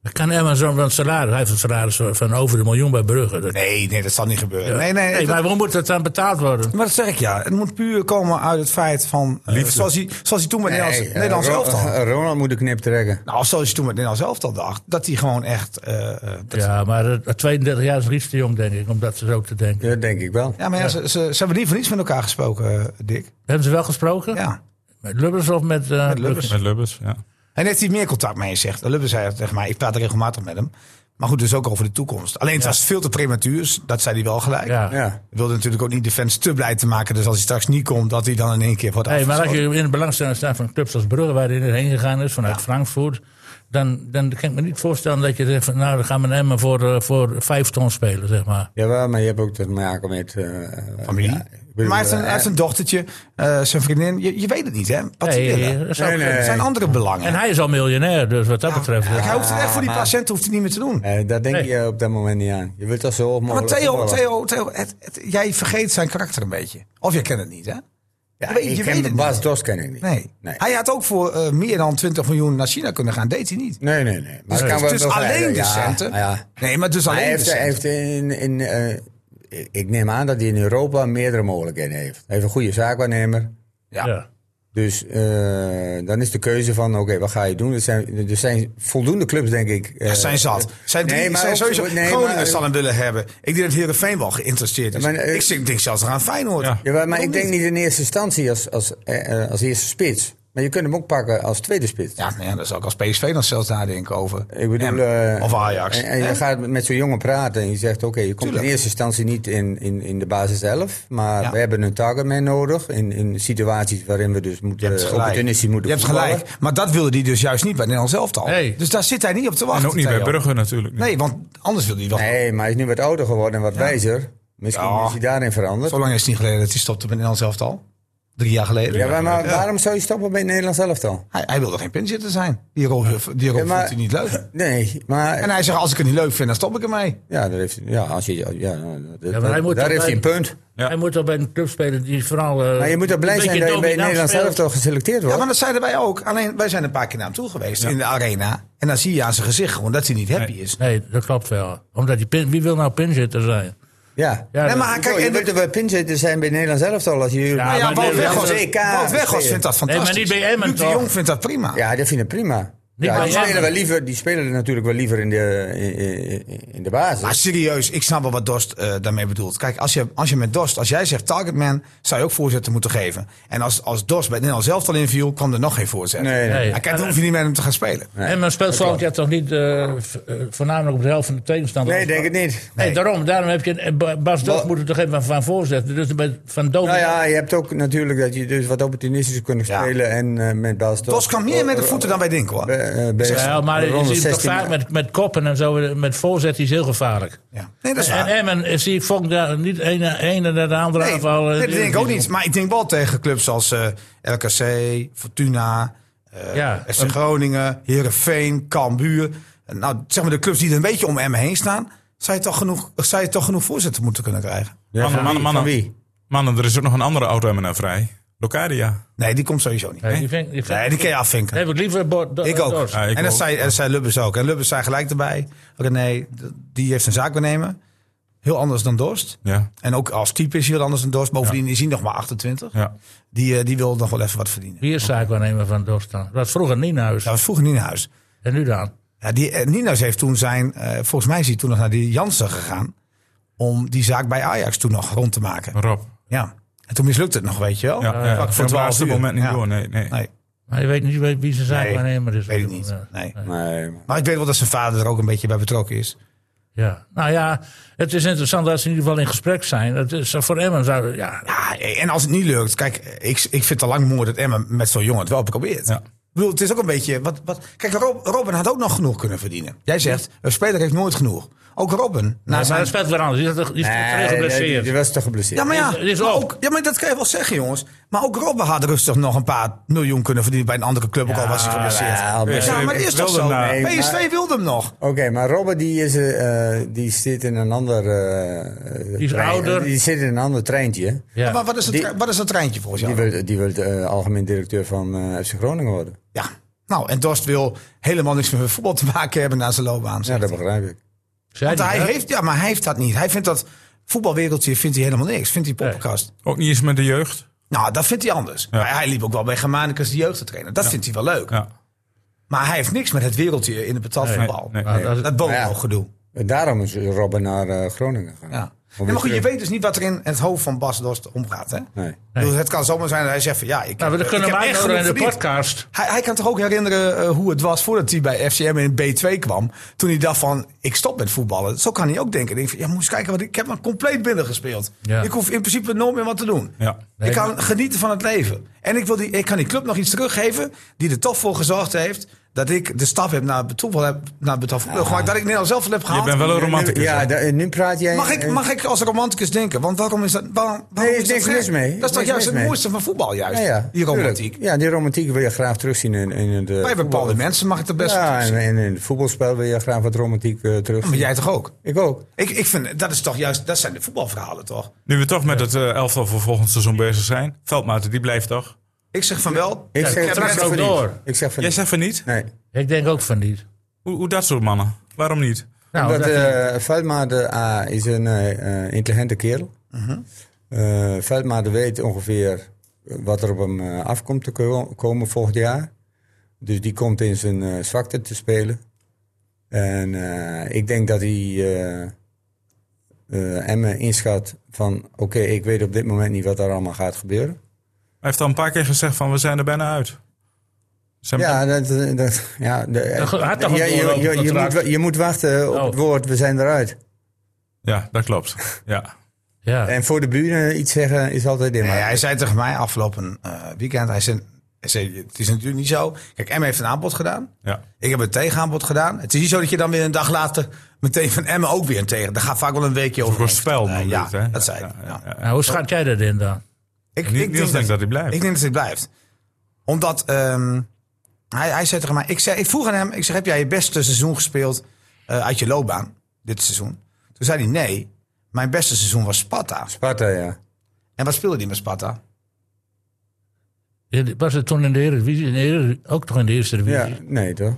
Kan Emma zo'n salaris, hij heeft een salaris van over een miljoen bij Brugge. Dat, Nee, nee, dat zal niet gebeuren. Nee, nee, nee, dat- maar hoe moet dat dan betaald worden? maar dat zeg ik ja. Het moet puur komen uit het feit van... Uh, zoals, hij, zoals hij toen met Nederlands, Nee, Nederlands eh, Ro- elftal... eh, Ronald moet de knip trekken. Nou, zoals hij toen met Nederlands elftal dacht. Dat hij gewoon echt... Uh, dat Ja, maar uh, tweeëndertig jaar is nog iets te jong, denk ik, om dat zo te denken. Ja, dat denk ik wel. Ja, maar ja, Ze, ze, ze hebben niet voor niets met elkaar gesproken, uh, Dick. Hebben ze wel gesproken? Ja. Met Lubbers of met... Uh, Met Lubbers. Met Lubbers, ja. En heeft hij meer contact mee, zegt. Lubbers zei tegen mij, ik praat regelmatig met hem. Maar goed, dus ook over de toekomst. Alleen het Ja. was veel te prematuur, dat zei hij wel gelijk. Ja. Ja. Hij wilde natuurlijk ook niet de fans te blij te maken. Dus als hij straks niet komt, dat hij dan in één keer wordt Hey, maar als afgeschoten. je in de belangstelling staat van clubs als Brugge, waar hij heen gegaan is, vanuit Frankfurt, dan, dan kan ik me niet voorstellen dat je zegt van, nou, dan gaan we Emmen voor, uh, voor vijf ton spelen, zeg maar. Jawel, maar je hebt ook te maken met... uh, Familie. ja, ik bedoel, Maar hij heeft een, eh, hij heeft een dochtertje, uh, zijn vriendin. Je, je weet het niet, hè? Wat Nee, ze willen. dat zou Nee, kunnen. Het zijn andere belangen. En hij is al miljonair, dus wat dat betreft. Kijk, ja. hij hoeft het echt voor die maar- patiënten hoeft hij niet meer te doen. eh, daar denk Nee. je op dat moment niet aan. Je wilt dat zo hoog Maar mogelijk Theo, voetballen. Theo, Theo het, het, jij vergeet zijn karakter een beetje. Of jij kent het niet, hè? Ja, Je weet- ik je ken weet het Bas niet. Dos ken ik niet. Nee. Nee. Hij had ook voor uh, meer dan twintig miljoen naar China kunnen gaan. Deed hij niet. Nee, nee, nee. Maar Dus, dat kan wel dus wel alleen gelijk, de ja, centen. Ja. Nee, maar dus Maar alleen hij de heeft, hij centen. heeft in... in eh, ik neem aan dat hij in Europa meerdere mogelijkheden heeft. Hij heeft een goede zaakwaarnemer. Ja. Ja. Dus eh, dan is de keuze van, oké, wat ga je doen? Er zijn, er zijn voldoende clubs, denk ik. eh, Er zijn zat. Zijn, drie, nee, maar zijn ook- sowieso nee, Groningen maar- zal hem willen hebben. Ik denk dat Heerenveen wel geïnteresseerd is. Maar, eh, ik denk, denk zelfs aan Feyenoord. Ja. Ja, maar, maar Waarom ik denk niet in eerste instantie als, als, eh, eh, als eerste spits. Maar je kunt hem ook pakken als tweede spits. Ja, nou ja, daar zou ik als P S V dan zelfs nadenken over. Ik bedoel, Em, eh, of Ajax. En, en je Hè? gaat met zo'n jongen praten en je zegt, oké, je komt Tuurlijk. in eerste instantie niet in, in, in de basis zelf. Maar Ja. we hebben een targetman nodig in, in situaties waarin we dus Je moeten, hebt gelijk. opportunistisch moeten Je hebt voetballen. gelijk. Maar dat wilde hij dus juist niet bij Nederlands elftal. Nee. Dus daar zit hij niet op te wachten. En ook niet bij Theo. Brugge natuurlijk. niet. Nee, want anders wil hij wel. Nee, maar hij is nu wat ouder geworden en wat wijzer. Misschien Ja. is hij daarin veranderd. Zo lang is het niet geleden dat hij stopte met Nederlands elftal. Drie jaar geleden. Ja, maar, maar Ja. waarom zou je stoppen bij het Nederlands elftal? Hij, hij wilde geen pinzitter zijn. Die rol, die rol Ja, maar- vond hij niet leuk. Nee, maar... En hij zegt, als ik het niet leuk vind, dan stop ik ermee. Ja, daar heeft, ja, als je, ja, ja, dat- maar hij moet daar toch heeft hij een bij- punt. Ja. Hij moet toch bij een club spelen die vooral... uh, Maar je moet er blij zijn dat je bij het Nederlands elftal geselecteerd Ja, wordt. maar dat zeiden wij ook. Alleen, wij zijn een paar keer naar hem toe geweest in de arena. En dan zie je aan zijn gezicht gewoon dat hij niet happy is. Nee, dat klopt wel. Omdat die pin, wie wil nou pinzitter zijn? Ja. Ja, Nee, dat- maar Kijk, kijk, je en wilt er wel pinzitter zijn bij het Nederlands elftal als je... Ja, Nou ja, maar Wout nee, Weghorst, W K Wout Weghorst spelen. vindt dat Nee, maar fantastisch. niet bij Emmen, Luc de toch? Jong vindt dat prima. Ja, dat vind ik prima. Niet Ja, bij die, spelen Emmen. wel liever, die spelen natuurlijk wel liever in de, in, in- in de basis. Maar serieus, ik snap wel wat Dorst eh, daarmee bedoelt. Kijk, als je, als je met Dorst, als jij zegt targetman, zou je ook voorzetten moeten geven. En als, als Dorst bij het Nederlands elftal inviel, kwam er nog geen voorzet. Nee, nee. Nee. Ja, kijk, dan hoef je niet met hem te gaan spelen. En men speelt volgend jaar toch niet uh, v- uh, voornamelijk op de helft van de tegenstander? Nee, denk het niet. Nee, daarom, daarom heb je eh, Ba- Bas Dost Ba- moet er toch even van voorzetten. Dus bij- van Dood. Nou ja, je hebt ook natuurlijk dat je dus wat opportunistisch kunt Ja. spelen en uh, met Bas Dost- Dorst kan meer met de voeten dan wij denken, hoor. Bij- uh, bij- Ja, maar je rond de ziet hem toch zestien vaak met, met koppen en zo, met voorzet, is heel gevaarlijk. Ja. Nee, dat is En waar. Emmen eh, zie ik volgend jaar niet een ene naar de andere Nee, aanval. eh, nee, dat denk ik ook die- niet. Maar ik denk wel tegen clubs als eh, L K C, Fortuna, eh Ja. F C Groningen, Heerenveen, Cambuur. Nou, zeg maar de clubs die er een beetje om Emmen heen staan, zou je toch genoeg, zou je toch genoeg voorzetten moeten kunnen krijgen. Ja, Mannen, van, mannen, wie? mannen. Van wie? Mannen, er is ook nog een andere auto-emmenaar vrij. Locadia. Nee, die komt sowieso niet. Nee, Nee, die vind, die vind, nee die kun je afvinken. heb ik liever Bo- Do- Ik ook. Dorst. Ja, ik en dat ook. zei, dat zei Lubbers ook. En Lubbers zei gelijk erbij. René, d- die heeft een zaakwaarnemer. Heel anders dan Dorst. Ja. En ook als type is hij heel anders dan Dorst. Bovendien is hij nog maar achtentwintig. Ja. Die, eh, die wil nog wel even wat verdienen. Wie is zaakwaarnemer van Dorst dan? Dat was vroeger Nienhuis. Dat was vroeger niet naar huis. En nu dan? Ja, die, eh, Nienhuis heeft toen zijn... eh, volgens mij is hij toen nog naar die Jansen gegaan. Om die zaak bij Ajax toen nog rond te maken. Rob. Ja. En toen mislukte het nog, weet je wel. Ja, ja. Vlak Voor voor het twaalf laatste uur. moment niet Ja. door. Nee, nee. Nee, Maar je weet niet wie wie zijn zaakwaarnemer is. weet ik niet. Ja. Nee. Nee, maar- Maar ik weet wel dat zijn vader er ook een beetje bij betrokken is. Ja, nou ja, het is interessant dat ze in ieder geval in gesprek zijn. Het is, voor Emmen zou ja, Ja, en als het niet lukt... Kijk, ik, ik vind het al lang mooi dat Emma met zo'n jongen het wel probeert. Ja. Ik bedoel, het is ook een beetje... Wat, wat, kijk, Rob, Robin had ook nog genoeg kunnen verdienen. Jij zegt, een speler heeft nooit genoeg. Ook Robin. Na nee, maar zijn... dat speelt weer anders. Die is, toch- die is Nee, terug nee, geblesseerd. die was toch geblesseerd? Ja, maar ja, Dit is- dit is maar op. ook, ja, maar dat kan je wel zeggen, jongens. Maar ook Robben had rustig nog een paar miljoen kunnen verdienen bij een andere club, ook al was hij geblesseerd. Ja, Ja, maar- maar dat is toch wilde zo? hem daar. P S V Nee, wilde hem nog. Oké, maar Robben die, is, eh, die zit in een ander... eh, Die is trein- ouder. Die zit in een ander treintje. Ja. Maar wat is, het, Die- tre- wat is dat treintje volgens Die jou? wil, die wil eh, algemeen directeur van eh F C Groningen worden. Ja, Nou, en Dorst wil helemaal niks meer met voetbal te maken hebben na zijn loopbaan. Ja, dat begrijp ik. Zei Want die hij dat? heeft, ja, maar hij heeft dat niet. Hij vindt dat voetbalwereldje vindt hij helemaal niks. Vindt hij poppenkast. Ook niet eens met de jeugd. Nou, dat vindt hij anders. Ja. Hij, hij liep ook wel bij Germanicus de jeugd te trainen. Dat vindt hij wel leuk. Ja. Maar hij heeft niks met het wereldje in het betaaldvoetbal. Nee, nee. Nou, dat is- Dat bovenhoog Ja. gedoe. En daarom is Robben naar uh, Groningen gegaan. Ja. Om Nee, maar goed, weer je terug- weet dus niet wat er in het hoofd van Bas Dorst omgaat. Hè? Nee. Ik bedoel, het kan zomaar zijn dat hij zegt van ja, ik, Nou, we ik kunnen heb hem echt uitnodigen in genoeg de verdiend. podcast. Hij, hij kan toch ook herinneren uh, hoe het was voordat hij bij F C M in B twee kwam. Toen hij dacht van, ik stop met voetballen. Zo kan hij ook denken. Ik denk van, ja, moet eens kijken, wat ik, ik heb me compleet binnen gespeeld. Ja. Ik hoef in principe nooit meer wat te doen. Ja. Nee, ik kan maar- genieten van het leven. En ik, wil die, ik kan die club nog iets teruggeven die er toch voor gezorgd heeft dat ik de stap heb naar betaald heb, naar betaald voetbal gemaakt. Dat ik Nederland zelf heb Je gehaald. bent wel een romanticus. Ja, hè? da- nu praat jij... Mag ik, mag ik als romanticus denken? Want waarom is dat? Waarom, waarom is is dat niks gek? mis mee. Dat is toch Niks juist mis het mee. mooiste van voetbal, juist? Ja, ja, die romantiek. tuurlijk. Ja, die romantiek wil je graag terugzien in, in het... uh, Bij bepaalde voetbal. mensen mag ik er best Ja, wel en, terugzien. en in het voetbalspel wil je graag wat romantiek uh, terugzien. Maar jij toch ook? Ik ook. Ik, ik vind, dat is toch juist, dat zijn de voetbalverhalen toch? Nu we toch met het uh, elftal voor volgend seizoen bezig zijn. Veldmaten, die blijft toch? Ik zeg van wel. Ik Ja, zeg contract net ook van niet. door. Ik zeg van Jij niet. zegt van niet? Nee. Ik denk ook van niet. Hoe, hoe dat soort mannen? Waarom niet? Nou, Omdat dat- uh, Veldmaat A is een uh, intelligente kerel. Mhm. Uh, Veldmaat weet ongeveer wat er op hem uh, afkomt te ko- komen volgend jaar. Dus die komt in zijn uh, zwakte te spelen. En uh, ik denk dat hij uh, uh, Emmen inschat van... oké, okay, ik weet op dit moment niet wat er allemaal gaat gebeuren. Hij heeft al een paar keer gezegd van we zijn er bijna uit. Zijn Ja, dat, dat, ja, de, Dat had toch een ja, je, je, je, je, doorlopend moet, je moet wachten op Oh. het woord, we zijn eruit. ja, dat klopt. Ja. ja. En voor de buren iets zeggen is altijd in. Nee, hij zei tegen mij afgelopen uh, weekend. Hij zei, hij zei, het is natuurlijk niet zo. Kijk, Emmen heeft een aanbod gedaan. Ja. Ik heb een tegenaanbod gedaan. Het is niet zo dat je dan weer een dag later meteen van Emmen ook weer een tegen. Daar gaat vaak wel een weekje over. Voor een spel. Uh, noemde ja, het, hè? dat zei ja, ik. ja, Ja. ja. Nou, hoe schat jij dat in dan? Ik, En Niels denk denkt dat hij blijft. Ik denk dat hij blijft. Omdat um, hij, hij zei tegen mij... Ik, zei, ik vroeg aan hem, ik zeg, heb jij je beste seizoen gespeeld uh, uit je loopbaan? Dit seizoen. Toen zei hij, nee, mijn beste seizoen was Sparta. Sparta, ja. En wat speelde hij met Sparta? Was het toen in de Eredivisie? In de Eredivisie- ook toch in de eerste divisie? Ja, nee toch?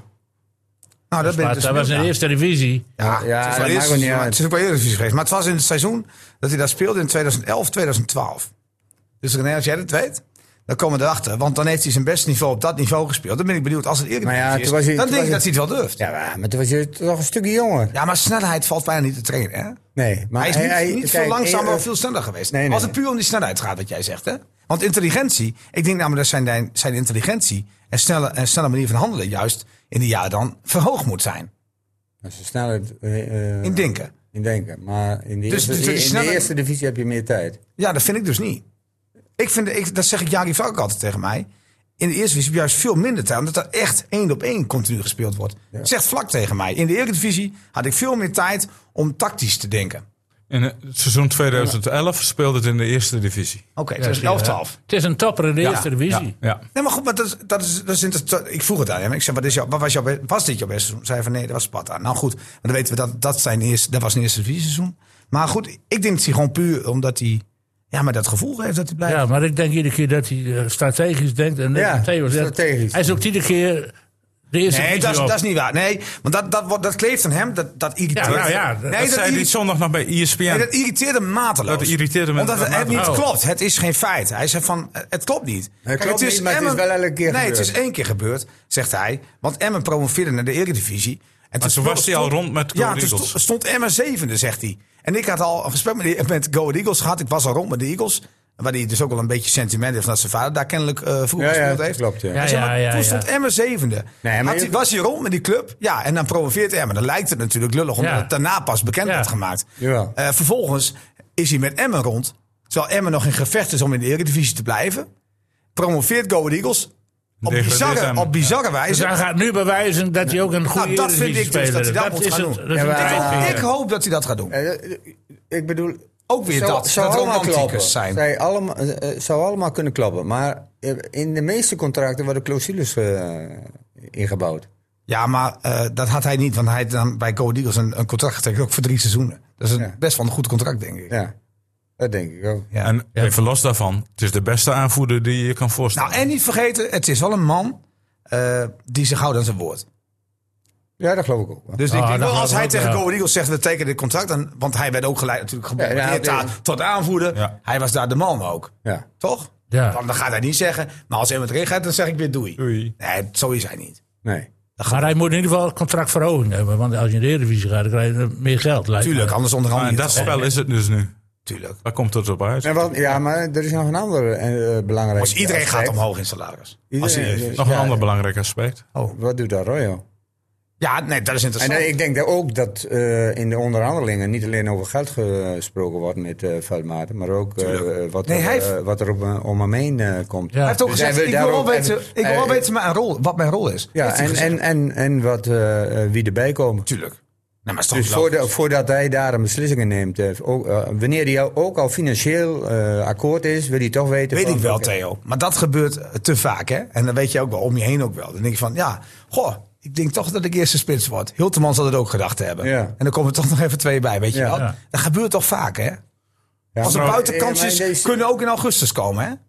Nou, dat ben ik dus Dat was in de ja. eerste divisie. Ja, Ja, het is dat wel maakt eerst- ook niet maar uit. Het is ook wel Eredivisie geweest. Maar het was in het seizoen dat hij daar speelde in twintig elf, twintig twaalf. Dus René, als jij dat weet, dan komen we erachter. Want dan heeft hij zijn beste niveau op dat niveau gespeeld. Dan ben ik benieuwd als het Eredivisie Maar ja, is. toen was hij- dan toen denk ik was dat hij het wel durft. Ja. Ja, maar, maar toen was je toch een stukje jonger. maar snelheid valt bijna niet te trainen. Hè? Nee, maar hij is niet, hij- niet kijk, veel langzamer eh, of veel sneller geweest. nee, nee. Als het puur om die snelheid gaat, wat jij zegt. Hè? Want intelligentie, ik denk namelijk dat zijn, zijn intelligentie en snelle, en snelle manier van handelen juist in de jaren dan verhoogd moet zijn. Dat is snelheid uh, In denken. in denken. Maar in de, Dus- eerste, dus die in snelle- de eerste divisie heb je meer tijd. Ja, dat vind ik dus niet. Ik vind, ik, dat zeg ik Jari Valk altijd tegen mij. In de eerste divisie heb je juist veel minder tijd. Omdat er echt één op één continu gespeeld wordt. Ja. Zegt vlak tegen mij. In de Eredivisie had ik veel meer tijd om tactisch te denken. In het seizoen tweeduizend elf speelde het in de eerste divisie. Oké, okay, Ja, dus zie je, elf, hè? twaalf. Het is een topper in de Ja, eerste divisie. Ja, ja. Nee, maar goed, maar dat, is- dat is, dat is interessant. Ik vroeg het aan hem. Ik zei, wat, is jouw, wat was, jouw, be- was dit jouw beste seizoen? Zei van nee, dat was Sparta. Nou goed, maar dan weten we dat dat, zijn eerste, dat was een eerste divisie seizoen. Maar goed, ik denk dat hij gewoon puur omdat hij... Ja, maar dat gevoel heeft dat hij blijft. Ja, maar ik denk iedere keer dat hij eh, strategisch denkt. En net Ja, wat Theo zegt, strategisch. Hij zoekt iedere keer de eerste Nee, divisie dat is, op. dat is niet waar. Nee, want dat, dat, wordt- dat kleeft aan hem. Dat, dat irriteert. Ja, nou ja, nee, dat Dat zei hij irri- zondag nog bij E S P N. nee, dat irriteerde me mateloos. Dat irriteerde me Omdat het, het mateloos. niet Oh. klopt. Het is geen feit. Hij zei van, het klopt niet. Kijk, klopt niet, maar het is wel elke keer Nee, het gebeurd. is één keer gebeurd, zegt hij. Want Emmen promoveerde naar de Eredivisie. En toen was hij al rond met Go Ja, Ahead toen Eagles. stond, stond Emmen zevende, zegt hij. En ik had al een gesprek met, die- met Go Ahead Eagles gehad. Ik was al rond met de Eagles. Waar hij dus ook wel een beetje sentiment heeft. Omdat zijn vader daar kennelijk uh, vroeger Ja, ja, gespeeld dat heeft. klopt, ja. Ja, Hij zei, ja, maar ja, toen ja. stond Emmen zevende. Nee, maar Had je- hij, was hij rond met die club? Ja, en dan promoveert Emmen. Dan lijkt het natuurlijk lullig omdat Ja. het daarna pas bekend Ja. werd gemaakt. Jawel. Uh, vervolgens is hij met Emmen rond. Terwijl Emmen nog in gevecht is om in de Eredivisie te blijven. Promoveert Go Ahead Eagles. Op Degradeert bizarre, Emmen. op bizarre Dus wijze. hij gaat nu bewijzen dat hij ook een goede Nou, dat vind ik dus dat hij dat moet is gaan het- doen. dat is Ja, een maar- drijfveer. ik, ik hoop dat hij dat gaat doen. Eh, eh, ik bedoel... Ook weer dat. zou dat allemaal romanticus kloppen. zijn. Zij allemaal, eh, eh, zou allemaal kunnen kloppen. Maar eh, in de meeste contracten worden clausules eh, ingebouwd. Ja, maar uh, dat had hij niet. Want hij had dan bij Go Ahead Eagles een, een contract getekend. Ook voor drie seizoenen. Dat is een, Ja. best wel een goed contract, denk ik. Ja, dat denk ik ook. Ja. En even los daarvan, het is de beste aanvoerder die je kan voorstellen. Nou, en niet vergeten, het is wel een man uh, die zich houdt aan zijn woord. Ja, dat geloof ik ook. Dus Ah, ik denk dat wel, als geloof hij ik tegen ook, Go ja. Eagles zegt, we tekenen dit contract. Dan, want hij werd ook gelijk natuurlijk gebombardeerd Ja, ja, daar ja. tot aanvoerder. Ja. Hij was daar de man ook. Ja. Toch? Ja. Dan, dan gaat hij niet zeggen, maar als hij met erin gaat, dan zeg ik weer doei. Oei. Nee, zo is hij niet. Nee. Maar hij moet in ieder geval het contract verhoging hebben. Want als je in de Eredivisie gaat, dan krijg je meer geld. lijkt me. Tuurlijk, anders onderhandel Maar je in dat toch. spel is het dus nu. Tuurlijk. Waar komt het op uit? En wat, ja, maar er is nog een ander uh, belangrijk Als iedereen aspect. gaat omhoog in salaris. Iedereen- Als hij- Nog een ja, ander belangrijk aspect. Wat doet Arroyo? ja, nee, dat is En interessant. uh, ik denk dat ook dat uh, in de onderhandelingen niet alleen over geld gesproken wordt met uh, Veldmaten, maar ook uh, wat, Nee, er, hij heeft- uh, wat er op, uh, om hem heen uh, komt. Ja. Hij heeft ook Dus gezegd, hij ik wil wil wel daarop- weten, ik wil wel hij- weten mijn rol, wat mijn rol is. Ja, Heeft hij en, gezegd. en, en, en wat, uh, uh, wie erbij komen. Tuurlijk. Nee, maar is toch Dus logisch. voordat, voordat hij daar een beslissing in neemt, uh, ook, uh, wanneer hij ook al financieel uh, akkoord is, wil hij toch weten. Weet van, ik wel, oké, Theo. Maar dat gebeurt te vaak, hè? En dan weet je ook wel, om je heen ook wel. Dan denk je van, ja, goh, ik denk toch dat ik eerste spits word. Hilterman zal het ook gedacht hebben. Ja. En dan komen er toch nog even twee bij, weet je Ja. wel? Ja. Dat gebeurt toch vaak, hè? Ja, Als er maar- buitenkansjes ja, maar deze- kunnen ook in augustus komen, hè?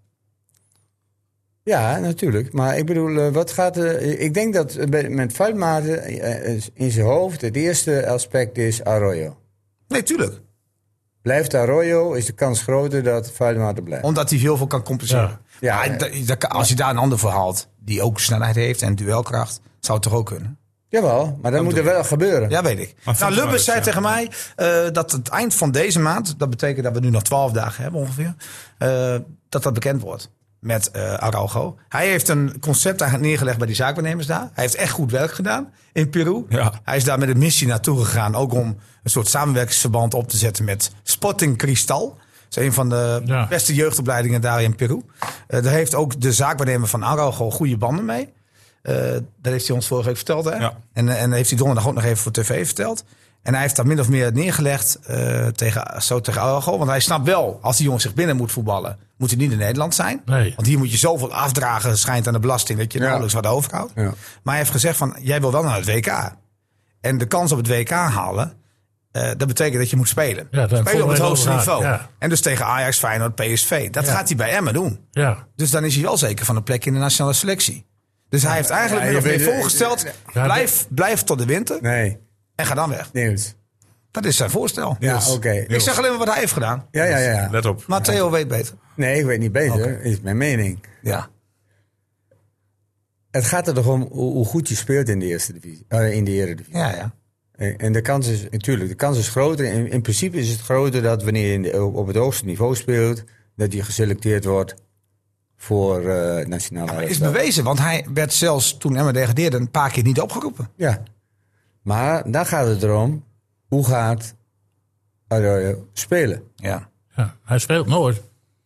Ja, natuurlijk. Maar ik bedoel, uh, wat gaat er... Ik denk dat uh, bij- met Veldmaten uh, in zijn hoofd het eerste aspect is Arroyo. Nee, tuurlijk. Blijft Arroyo, is de kans groter dat Veldmaten blijft. Omdat hij heel veel kan compenseren. Ja. Ja, Maar ja. da- da- als je daar een ander voor haalt, die ook snelheid heeft en duelkracht, zou het toch ook kunnen? Jawel, maar dat moet er wel gebeuren. Ja, weet ik. Maar Nou, vind Lubbers je zei wel tegen mij uh, dat het eind van deze maand, dat betekent dat we nu nog twaalf dagen hebben ongeveer, uh, dat dat bekend wordt met uh, Araujo. Hij heeft een concept eigenlijk neergelegd bij die zaakwaarnemers daar. Hij heeft echt goed werk gedaan in Peru. Ja. Hij is daar met een missie naartoe gegaan, ook om een soort samenwerkingsverband op te zetten met Sporting Cristal. Dat is een van de Ja. beste jeugdopleidingen daar in Peru. Uh, daar heeft ook de zaakwaarnemer van Araujo goede banden mee. Uh, dat heeft hij ons vorige week verteld. Hè? Ja. En, en heeft hij donderdag ook nog even voor tv verteld. En hij heeft dat min of meer neergelegd uh, tegen, zo tegen Araujo. Want hij snapt wel, als die jongen zich binnen moet voetballen, moet hij niet in Nederland zijn. Nee. Want hier moet je zoveel afdragen, schijnt aan de belasting, dat je Ja. nauwelijks wat overhoudt. Ja. Maar hij heeft gezegd van, jij wil wel naar het W K. En de kans op het W K halen, uh, dat betekent dat je moet spelen. Ja, daar spelen op het vonden we hoogste over niveau. gehad, ja. En dus tegen Ajax, Feyenoord, P S V. Dat Ja. gaat hij bij Emmen doen. Ja. Dus dan is hij wel zeker van een plek in de nationale selectie. Dus hij heeft eigenlijk ja, min of je meer weet- voorgesteld, Ja, blijf, blijf tot de winter Nee, en ga dan weg. Niels. Dat is zijn voorstel. Ja, Niels. oké. Ik zeg alleen maar wat hij heeft gedaan. Ja, ja, ja. Let op. Maar Theo weet beter. Nee, ik weet niet beter. Oké. Is mijn mening. Ja. Het gaat er toch om hoe, hoe goed je speelt in de eerste divisie. Uh, in de eredivisie. Ja, ja. En en de kans is, natuurlijk, de kans is groter. In, in principe is het groter dat wanneer je in de- op het hoogste niveau speelt, dat je geselecteerd wordt voor uh, nationale Maar is elftal. bewezen, want hij werd zelfs toen Emmen degradeerde een paar keer niet opgeroepen. Ja. Maar dan gaat het erom, hoe gaat Arroyo spelen? Ja. Ja. Hij speelt nooit.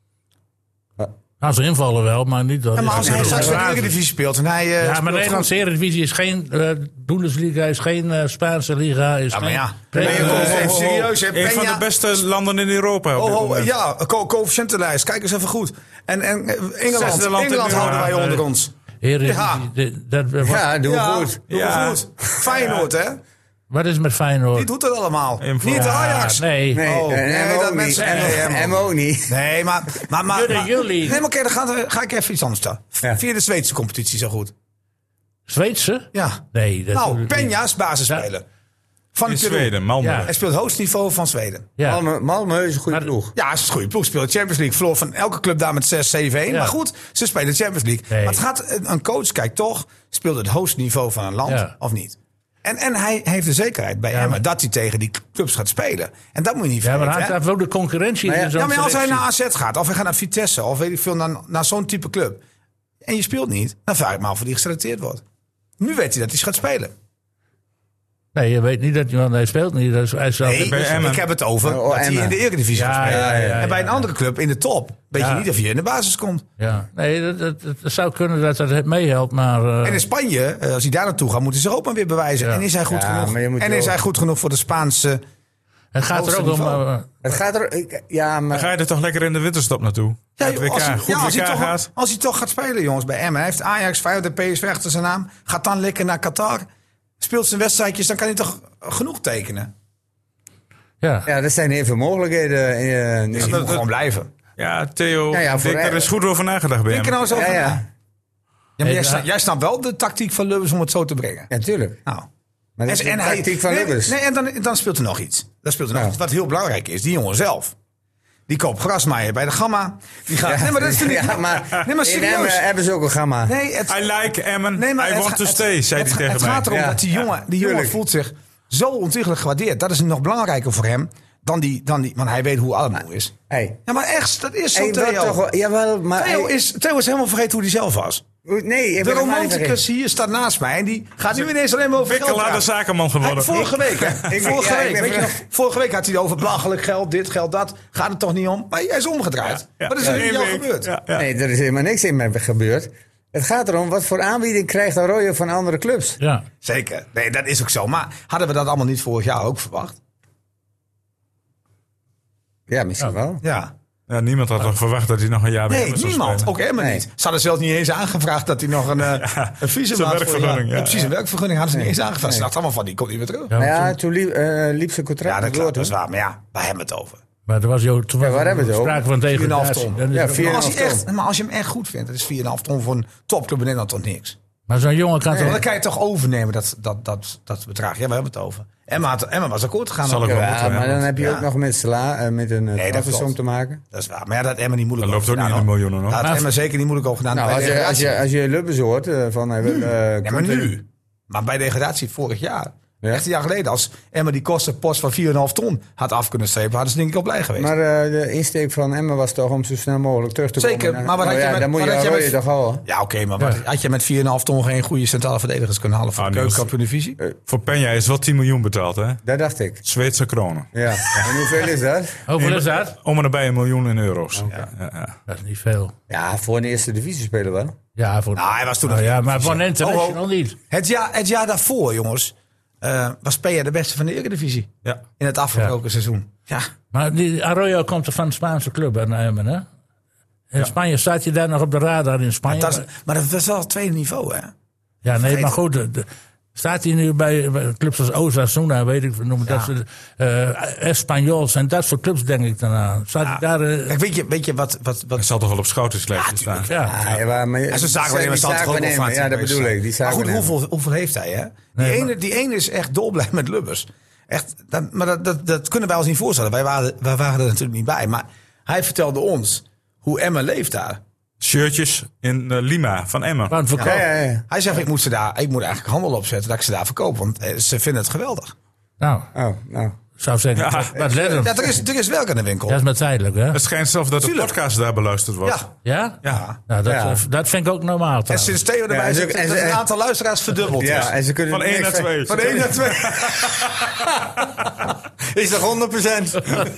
Ja. Als invallen wel, maar niet dat. Ja, maar als hij Ja, straks in de Eredivisie speelt en hij uh, Ja, speelt maar de goed. Nederlandse Eredivisie is geen uh, Bundesliga, is geen uh, Spaanse liga. Is Ja, maar geen ja. Premier Ben je League. gewoon even serieus, hè? Een van Peña- de beste landen in Europa op dit Oh, oh, moment. ja, co coëfficiëntenlijst. Kijk eens even goed. En, en eh, Engeland, Zesde land in Engeland Europa. houden wij Ja, onder eh, ons. Eredivisie, Ja. de- dat, wat, Ja, doen we ja, goed. doen Ja. we goed. Feyenoord, hè? wat is met Feyenoord? Die doet het allemaal. En voor- Niet de Ja, Ajax. nee. Nee, Oh, en nee, hem dat ook niet. mensen- En nee, hem hem ook niet. Nee, maar... maar, maar, Jullie, maar jullie. Nee, maar oké, dan ga, ga ik even iets anders doen. Ja. Via de Zweedse competitie zo goed. Zweedse? Ja. Nee. Dat Nou, Peña is basisspeler. Van In Peru. Zweden, Malmö. Ja. Hij speelt hoogst niveau van Zweden. Ja. Malmö, Malmö is een goede Maar- ploeg. Ja, het is een goede ploeg. Speelt Champions League. Verloor van elke club daar met zes zeven een. Ja. Maar goed, ze spelen Champions League. Nee. Maar het gaat, een coach kijkt toch, speelt het hoogste niveau van een land Ja. of niet? En, en hij heeft de zekerheid bij Ja, Emmen maar- dat hij tegen die clubs gaat spelen. En dat moet je niet Ja, maar vergeten. hij hè? heeft ook de concurrentie. Maar ja, in zo'n Ja, maar als hij selectie. naar A Z gaat, of hij gaat naar Vitesse, of weet ik veel, naar, naar zo'n type club. En je speelt niet, dan vraag ik me af of hij geselecteerd wordt. Nu weet hij dat hij gaat spelen. Nee, je weet niet dat hij, want hij speelt niet. Dus hij is Nee, bij Emmen. ik heb het over Oh, dat hij Emmen. in de Eredivisie Ja, gaat spelen. ja, ja, en bij een ja. andere club in de top weet Ja. je niet of je in de basis komt. Ja, nee, dat, dat, dat- het zou kunnen dat dat het meehelpt, maar... eh, En in Spanje, eh, als hij daar naartoe gaat, moet hij zich ook maar weer bewijzen. Ja. En is hij goed Ja, genoeg? maar je moet En wel- is hij goed genoeg voor de Spaanse... het gaat er hoogste ook om... niveau. eh, Het gaat er... ik- Ja, Dan maar... ga je er toch lekker in de winterstop naartoe. Ja, Het W K, als, hij, goed ja, als, W K hij toch, gaat. als hij toch gaat spelen, jongens, bij Emmen. Hij heeft Ajax, Feyenoord en P S V achter zijn naam. Gaat dan lekker naar Qatar. Speelt zijn wedstrijdjes, dan kan hij toch genoeg tekenen. ja. Ja, er zijn heel veel mogelijkheden. eh, Dus Niels. hij dat- moet gewoon blijven. Ja, Theo, Ja, ja, ik voor- denk, er is goed over nagedacht bij Denk er hem. nou eens over Ja, na. ja. maar jij, Hey, snapt, jij snapt wel de tactiek van Lubbers om het zo te brengen. Ja, natuurlijk. Nou. Maar dat is de hij- tactiek van nee, Lubbers. Nee, en dan, dan speelt er nog iets. Dan speelt er nog Ja. iets. Wat heel belangrijk is, die jongen zelf. Die koopt grasmaaier bij de Gamma. Die gaat, nee, maar dat is toch niet... Ja, maar, nee, maar in Emmen serieus. hebben ze ook een gamma. Nee, het, I like Emmen, nee, maar I het want ga- to het- stay, zei het, hij tegen het mij. gaat erom Ja. dat die jongen, die jongen tuurlijk. voelt zich zo ontiegelijk gewaardeerd. Dat is nog belangrijker voor hem dan die... Dan die want hij weet hoe Almelo is. Hey. Ja, maar echt, dat is zo, Hey, wat Theo. toch wel- jawel, maar... Theo, hey, is, Theo is helemaal vergeten hoe hij zelf was. nee, ik De ben helemaal niet romanticus vergeten. hier staat naast mij en die gaat nu ineens alleen maar over geld Wikkelaar de praten. zakenman Hij- geworden. vorige week, hè? Ik- vorige, ja, ik week, ben weet je nog, ver- vorige week had hij het over belachelijk geld, dit geld, dat. Gaat het toch niet om? Maar hij is omgedraaid. Ja, Wat is ja, er met één jou week. gebeurd? Ja, ja. Nee, er is helemaal niks in mij gebeurd. Het gaat erom, wat voor aanbieding krijgt Arroyo van andere clubs? Ja. Zeker. Nee, dat is ook zo. Maar hadden we dat allemaal niet vorig jaar ook verwacht? Ja, misschien wel. Ja. Ja, niemand had toch verwacht dat hij nog een jaar bij Nee, Emmen zou niemand. spelen. Ook Emmen Nee. niet. Ze hadden zelfs niet eens aangevraagd dat hij nog een, uh, een visum Zijn had. werkvergunning, voor- ja. Ja, precies, een werkvergunning hadden ze niet eens aangevraagd. Ze Nee. dachten allemaal van, die komt niet meer terug. Ja, Maar ja, toen- toen liep, eh, liep zijn contract Ja, dat door. klopt, dat is toen. waar. Maar ja, waar hebben we het over? Maar er was jo- toen Ja, was waar er hebben we het over? sprake van vier komma vijf degradatie. ton. Dan is Ja, het- vier- Maar als, hij vier komma vijf echt, maar als je hem echt goed vindt, dat is vier komma vijf ton voor een topclub in Nederland toch niks. Maar zo'n jongen kan Maar toch... dan kan je toch overnemen, dat, dat, dat, dat bedrag. Ja, we hebben het over. Emma, had, Emma was akkoord gegaan. Zal op- ik wel Ja, moeten maar hebben. dan heb je Ja. ook nog met, Sla, eh, met een dat nee, klopt. te maken. Dat is waar. Maar ja, dat Emma niet moeilijk Dat loopt over ook niet gedaan, in de hoor. miljoenen, hoor. Dat had Maar- Emma zeker niet moeilijk over gedaan. Nou, bij als je, als, degradatie. je, als je Lubbers hoort uh, van... Hij wil, uh, Ja, maar country- nu. Maar bij degradatie vorig jaar. Ja. Echt een jaar geleden. Als Emma die kostenpost van vier komma vijf ton had af kunnen strepen, hadden ze denk ik al blij geweest. Maar uh, de insteek van Emma was toch om zo snel mogelijk terug te Zeker, komen. maar wat Nou had je ja, met- dan moet wat je had je Arroyo met- toch houden. Ja, oké, maar wat, Ja. had je met vier komma vijf ton geen goede centrale verdedigers kunnen halen voor Ah, de Niels. keukenkampioen-divisie? Voor Penja is wel tien miljoen betaald, hè? Dat dacht ik. Zweedse kronen. Ja. En hoeveel is dat? Hoeveel is dat? Om en nabij een miljoen in euro's. Ja, ja. Dat is niet veel. Ja, voor een eerste divisie spelen wel. Ja, voor... Nou, hij was toen Nou nog ja, geen maar voor een divisie. international Oh, oh. niet. Het jaar, het jaar daarvoor, jongens, uh, was P R de beste van de Eredivisie. Ja. In het afgelopen seizoen. Ja. Maar die Arroyo komt er van de Spaanse club naar Emmen, hè? In Spanje staat je daar nog op de radar in Spanje. Maar, dat is, maar dat is wel het tweede niveau, hè? ja, nee, vergeet maar goed. de- de- staat hij nu bij, bij clubs als Osasuna, weet ik, noem dat ze uh, Espanyols en dat soort clubs, denk ik dan aan. Staat hij daar... uh, Kijk, weet je, weet je wat... wat, Hij wat zal toch wel op schouderslijstje staan. ja. Ah, ja, maar, maar, en zo'n zaakwaarnemer die zal toch ook wel zaakwaarnemer, vaak Ja, dat geweest bedoel zijn. ik. Die Maar goed, zaakwaarnemer. hoeveel, hoeveel heeft hij, hè? Die, Nee, ene, maar- die ene is echt dolblij met Lubbers. Echt, dat, maar dat, dat, dat kunnen wij ons niet voorstellen. Wij waren, wij waren er natuurlijk niet bij. Maar hij vertelde ons hoe Emma leeft daar. Shirtjes in uh, Lima van Emmen. Van verkoop. Ja, ja, ja. Hij zegt, ik moet, ze daar, ik moet eigenlijk handel opzetten dat ik ze daar verkoop. Want eh, ze vinden het geweldig. Nou, Oh, nou. ik zou zeggen, Ja. wat- wat let hem. Ja, er is, er is werk in de winkel. Dat is maar tijdelijk, hè? Het schijnt zelfs dat de Tuurlijk. podcast daar beluisterd wordt. Ja. Ja? Ja. Nou, dat, Ja. dat vind ik ook normaal, En trouwens. sinds Theo erbij Ja, en zit, ze- is en ze- het aantal luisteraars verdubbeld. Ja, is. en ze kunnen Van één naar twee. Van één naar twee. Is dat honderd procent?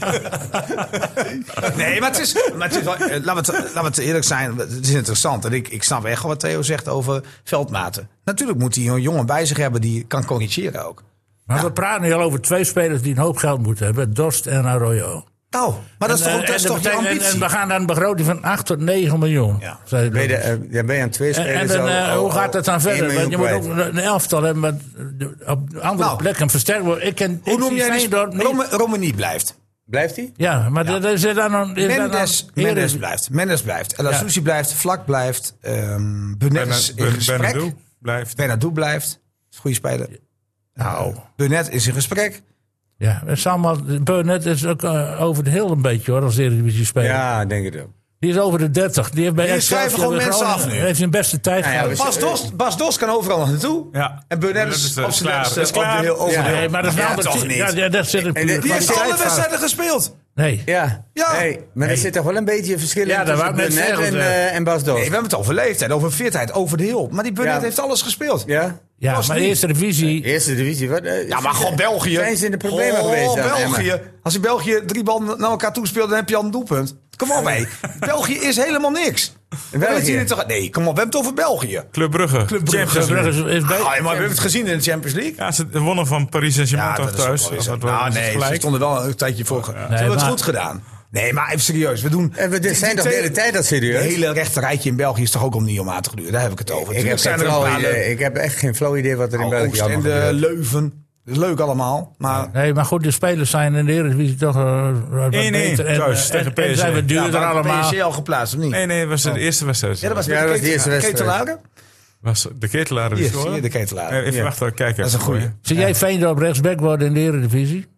Nee, maar het is... Maar het is wel, eh, laten, we het, laten we het eerlijk zijn. Het is interessant. En ik, ik snap echt wat Theo zegt over veldmaten. Natuurlijk moet hij een jongen bij zich hebben die kan corrigeren ook. Maar we praten nu al over twee spelers die een hoop geld moeten hebben. Dorst en Arroyo. Nou, maar dat is En, toch, eh, dat is en toch je betekent- ambitie? En, en we gaan naar een begroting van acht tot negen miljoen. Ja. zei Ben je, Dorst. de- eh, ja, ben je aan twee En, spelers en dan, al- eh, al- hoe gaat dat dan al één verder? Want je moet miljoen ook kwijt. een elftal hebben wat de- op andere Nou. plekken versterkt worden. Ik ken Hoe ik noem zie jij die... Feyenoord niet. Rom, Romani blijft. Blijft hij? Ja, maar er is er dan een... is daar dan- Mendes, Eer- Mendes blijft. Mendes blijft. El Azuzi blijft. Vlak blijft. Um, Burnett is in gesprek. Bernardo blijft. Bernardo blijft. Dat is een goede speler. Nou, Burnett is in gesprek. Ja, het is allemaal... Burnett is ook uh, over de heel een beetje, hoor, als Eredivisie speler. Ja, denk ik ook. Die is over de dertig. Die heeft bij Die Excelsior schrijven gewoon bij mensen Groningen- af nu. heeft zijn beste tijd Nou ja, gehad. we- Bas Dos, Bas Dos kan overal nog naartoe. Ja. En Burnett Burnett is is, eh, op zijn klaar. beste Is op de klaar. heel over Ja. de heel- Nee, maar dat is Ja, wel toch de- niet. Ja, ja, daar zit een En pure die Die heeft kwaliteit alle van. wedstrijden gespeeld. Nee. Ja. Ja. Hey, maar er zit toch wel een beetje een verschil Ja, in dat tussen wou ik net Burnett en, zeggen, eh, en Bas Doos. Nee, we hebben het over leeftijd, over fitheid, over de heel. Maar die Burnett Ja. heeft alles gespeeld. Ja? Ja, Was maar de niet. eerste divisie... Eerste divisie. Wat, eh, Ja, maar gewoon België. Zijn ze in de problemen oh, geweest dan, België. Emma? Als je België drie ballen naar elkaar toespeelt, dan heb je al een doelpunt. Kom op, hé. België is helemaal niks. België? Weet je het toch- Nee, kom op, we hebben het over België. Club Brugge. Club Brugge. Champions Brugge League. is, is bij, Ah, maar we hebben het gezien in de Champions League. Ja, ze wonnen van Paris Saint-Germain toch dat is thuis. ook wel Als weer dat zo. wel Nou, is nee, ze gelijk. stonden wel een tijdje voor. Ze hebben het maar- goed gedaan. Nee, maar even serieus. We doen. En we die- zijn die toch de twee- hele tijd al serieus? Het hele rechte rijtje in België is toch ook om niet om aan te gluren. Daar heb ik het over. Ik heb, Tuurlijk geen zijn er een flauw paar idee. leuke- ik heb echt geen flauw idee wat er in Oh, België Oost allemaal en de gebeurt. Leuven. Dat is leuk allemaal. Maar Nee, maar goed, de spelers zijn in de Eredivisie toch uh, wat één-één beter. En, thuis en, tegen en P S G. zijn we ja, duurder maar allemaal. P S G al geplaatst of niet? Nee, nee, dat was de eerste wedstrijd. Ja, dat was Ja, met dat was de de eerste wedstrijd. Ketelaren. Was de ketelaar Hier, scoren? zie je de ketelaar. Eh, Even Ja. wachten, kijk even. Dat is een goeie. Zie jij Veendorp rechtsback worden in de Eredivisie?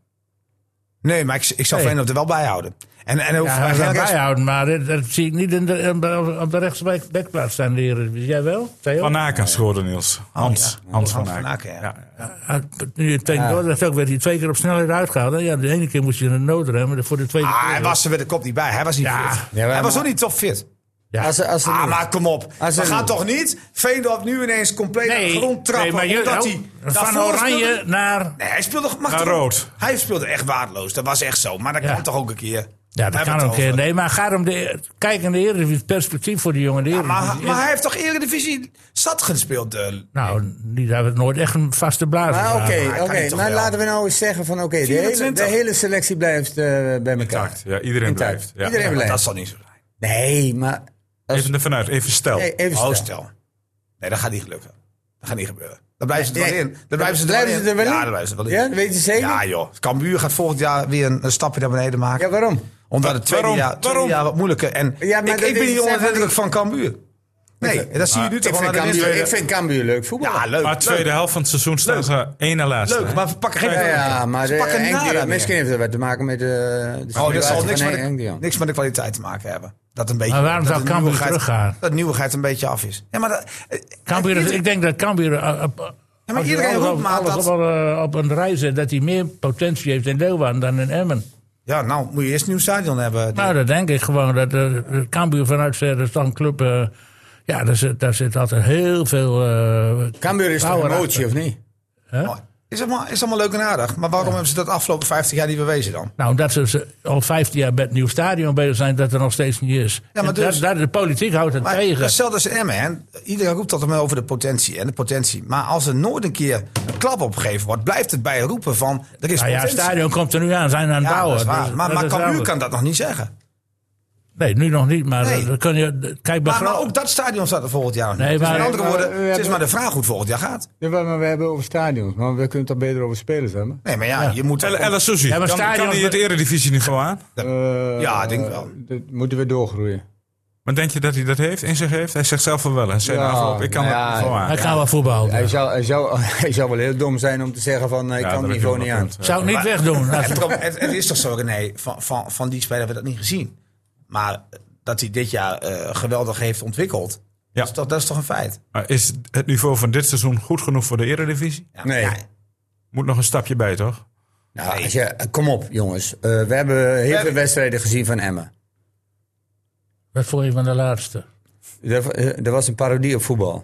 Nee, maar ik, ik zou Nee. Feyenoord er wel bij houden. En, en Ja, over, hij gaat ja, bijhouden, maar dat, dat zie ik niet in de, op de rechtsbackplaats staan in de Eredivisie. Jij wel? Theo? Van Aken scoorde Niels. Hans. ja. Hans van Hans van Aken. Aken, ja. Ja, ja. Ah, Nu je tegen Dordrecht ook werd hij twee keer op snelheid uitgehaald. hè? Ja, de ene keer moest je een noodremmen, voor de tweede Ah, keer. hij was er met de kop niet bij. Hij was niet Ja. fit. Ja, maar- hij was ook niet top fit. Ja. Als, ze- als ze Ah, nu- maar kom op. Als We er- gaan toch niet Veendorp nu ineens compleet Nee, aan de grond trappen. nee, maar je, omdat oh, hij van daarvoor oranje speelde- naar... Nee, hij speelde... Mag Naar toch- rood. Hij speelde echt waardeloos. Dat was echt zo. Maar dat Ja. kan toch ook een keer. Ja, Daar dat hebben kan we ook. het eh, over. Nee, maar ga om de... Kijk in de Eredivisie, perspectief voor die jongen. De Ja, maar, Eredivisie. maar hij heeft toch Eredivisie zat gespeeld? eh. Nou, die hebben het nooit echt een vaste blazer. Maar oké, hij kan oké. niet toch maar wel. laten we nou eens zeggen van oké, de, hele, vierentwintig. de hele selectie blijft eh, bij elkaar. Intact. Ja, iedereen Intact. blijft. Ja. Iedereen Ja, maar blijft. dat zal niet zo zijn. Nee, maar... als- Even ervan uit, even stel. Nee, even Oh, stel. stel. Nee, dat gaat niet gelukken. Dat gaat niet gebeuren. Dan blijven ze er Nee, wel in. Dan blijven ze er blijven wel in. ze er wel in? Ja, dan blijven ze er wel in. Ja, dat weet je zeker? Ja, joh. Cambuur gaat volgend jaar weer een, een stapje naar beneden maken. Ja, waarom? Omdat het tweede, Waarom? jaar, tweede Waarom? jaar wat moeilijker. En Ja, maar ik, dat ik ben is- niet onder de zijn indruk van van Cambuur. Nee, dat zie je nu Ik toch wel vind, naar de Cambuur, winst. ik vind Cambuur leuk voetbal. Ja, leuk. Maar de tweede leuk. helft van het seizoen staan ze één na laatste. Leuk, maar we pakken geen Ja, ja, maar Ze de, pakken Henk de nada Jong- meer. misschien heeft dat wat te maken met de, de Oh, dat zal situatie niks van met, Henk de de, Jong. niks met de kwaliteit te maken hebben. Dat een beetje, Maar waarom dat zou de Cambuur nieuwigheid- teruggaan? Dat nieuwigheid een beetje af is. Ja, maar, dat, eh, Cambuur, ieder- ik denk dat Cambuur... uh, op- maar als je iedereen alles roept op- maar alles dat- op, uh, op een rij zet, dat hij meer potentie heeft in Leeuwarden dan in Emmen. Ja, nou moet je eerst een nieuw stadion hebben. Nou, dat denk ik gewoon. Dat uh, Cambuur vanuit zegt, dat is toch een club... uh, ja, daar zit, daar zit altijd heel veel... Uh, Cambuur is toch power emotie, achter. of niet? Oh, is, allemaal, is allemaal leuk en aardig. Maar waarom hebben ze dat afgelopen vijftig jaar niet bewezen dan? Nou, dat ze- ze al vijftien jaar met het nieuw stadion bezig zijn, dat er nog steeds niet is. Ja, maar En dus- dat, dat, de politiek houdt het Maar tegen. hetzelfde als in Emmen. Hè. Iedereen roept altijd maar over de potentie en de potentie. Maar als er nooit een keer een klap opgegeven wordt, blijft het bij roepen van er is Nou ja, het potentie. stadion komt er nu aan, zijn aan het Ja, bouwen. dat is waar. Dus maar dat maar is Cambuur anders. kan dat nog niet zeggen. Nee, nu nog niet, maar Nee. uh, dan kun je... Kijk, bij Maar, maar Gro- ook dat stadion staat er volgend jaar nog niet. Nee, Dus maar- met andere maar woorden, we het is hebben- maar de vraag hoe het volgend jaar gaat. Ja, maar we hebben over stadions, maar we kunnen toch beter over spelers hebben? Nee, maar ja, je moet... El El Sousi, Ja, maar kan, stadions- kan hij het eredivisieniveau aan? Uh, Ja, ik denk wel. Dat moeten we doorgroeien. Maar denk je dat hij dat heeft, in zich heeft? Hij zegt zelf van wel. Hij zei Ja, na afloop, ik kan nou het ja, niveau aan. Hij kan wel voetballen. Hij zou, hij, zou, hij zou wel heel dom zijn om te zeggen van uh, ik Ja, kan dat het heb je niveau wel niet aan. punt. Ja. Zou het niet wegdoen. Als- Het, het, het is toch zo, René, van, van, van die speler hebben we dat niet gezien. Maar dat hij dit jaar eh, geweldig heeft ontwikkeld, Ja. dat, is toch, dat is toch een feit? Maar is het niveau van dit seizoen goed genoeg voor de eredivisie? Ja, Nee. ja, Moet nog een stapje bij, toch? Nou, als je, kom op jongens, uh, we hebben heel Ja. veel wedstrijden gezien van Emmen. Wat vond je van de laatste? Er, uh, er was een parodie op voetbal.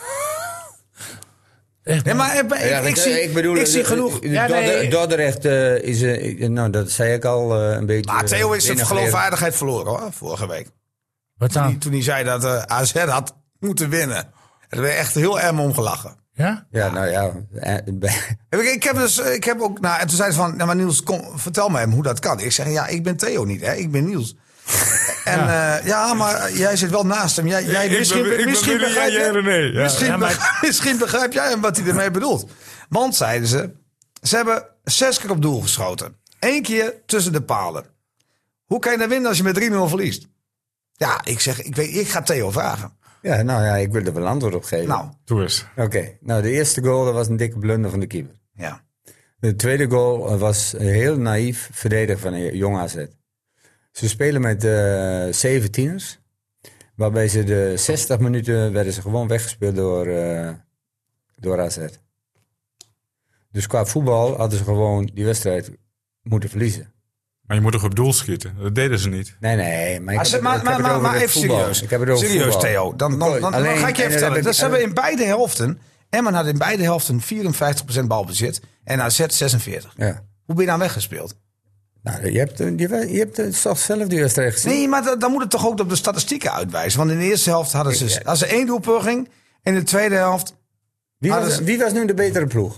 Echt, Nee, maar ik, ik, Ja, ik, zie, ik, bedoel, zie uh, genoeg. uh, Ja, nee. Dordrecht- Dordrecht uh, is, uh, nou dat zei ik al uh, een beetje. Maar Theo is uh, zijn deniglerend. geloofwaardigheid verloren hoor, vorige week. Wat Toen hij, dan? toen hij zei dat uh, A Z had moeten winnen. Er werd echt heel erg om gelachen. Ja? Ja, nou ja. uh, bij- Ik, ik heb dus, ik heb ook, nou, en toen zei ze van, nou, maar Niels, kom, vertel me hem hoe dat kan. Ik zeg, ja, ik ben Theo niet, hè, ik ben Niels. En ja, uh, ja maar jij zit wel naast hem. Jij, jij, Ik misschien ben- ik ben misschien, Willy, begrijp jij, jij, René. Ja. misschien, Ja, maar- begrijp, misschien begrijp jij hem wat hij ermee bedoelt. Want, zeiden ze, ze hebben zes keer op doel geschoten. Eén keer tussen de palen. Hoe kan je dan winnen als je met drie nul verliest? Ja, ik zeg, ik, weet, ik ga Theo vragen. ja, nou ja, ik wil er wel antwoord op geven. Nou, Doe eens. Oké, nou de eerste goal dat was een dikke blunder van de keeper. ja. De tweede goal uh, was heel naïef verdedigen van een jong A Z. Ze spelen met uh, zeven tieners. Waarbij ze de zestig minuten werden ze gewoon weggespeeld door, uh, door A Z. Dus qua voetbal hadden ze gewoon die wedstrijd moeten verliezen. Maar je moet toch op doel schieten? Dat deden ze niet. Nee, nee, maar ik Maar, heb, maar, het, ik maar, heb het maar, over maar het even voetbal. serieus. Ik heb het over serieus, voetbal. Theo. Dan, dan, dan, dan Alleen- ga ik je en even dan vertellen. heb Dus ik- ze hebben in beide helften... Emmen had in beide helften vierenvijftig procent balbezit. En A Z zesenveertig. Ja. Hoe ben je dan weggespeeld? Nou, je hebt, je, je hebt het toch zelf die wedstrijd gezien? Nee, maar dan, dan moet het toch ook op de statistieken uitwijzen. Want in de eerste helft hadden ze, hadden ze één doelpoging. En in de tweede helft... Wie hadden was, ze- wie was nu de betere ploeg?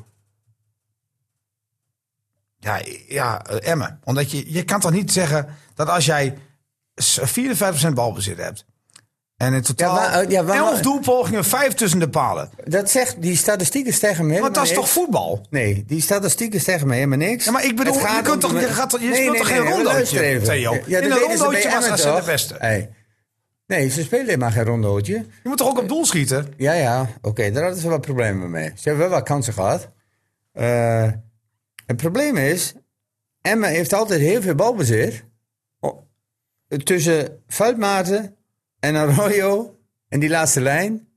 Ja, ja uh, Emmen. Omdat je, je kan toch niet zeggen dat als jij vierenvijftig procent balbezit hebt... En in totaal Ja, waar- ja, waar- elf doelpogingen, vijf tussen de palen. Dat zegt, die statistieken zeggen me Want dat is helemaal toch voetbal? niks. Nee, die statistieken zeggen me helemaal niks. Ja, maar ik bedoel, Het je gaat kunt om toch- de- je gaat toch- je Nee, speelt nee, toch nee, geen nee, rondootje, luister even. Theo? Ja, In dat een deden ze rondootje bij was Emmen A Z de toch? beste. Hey. Nee, ze spelen helemaal geen rondootje. Je moet toch ook op doel schieten? Ja, ja, oké, okay, daar hadden ze wel problemen mee. Ze hebben wel wat kansen gehad. Uh, het probleem is, Emmen heeft altijd heel veel balbezit. Oh, tussen Veldmaten en Arroyo en die laatste lijn.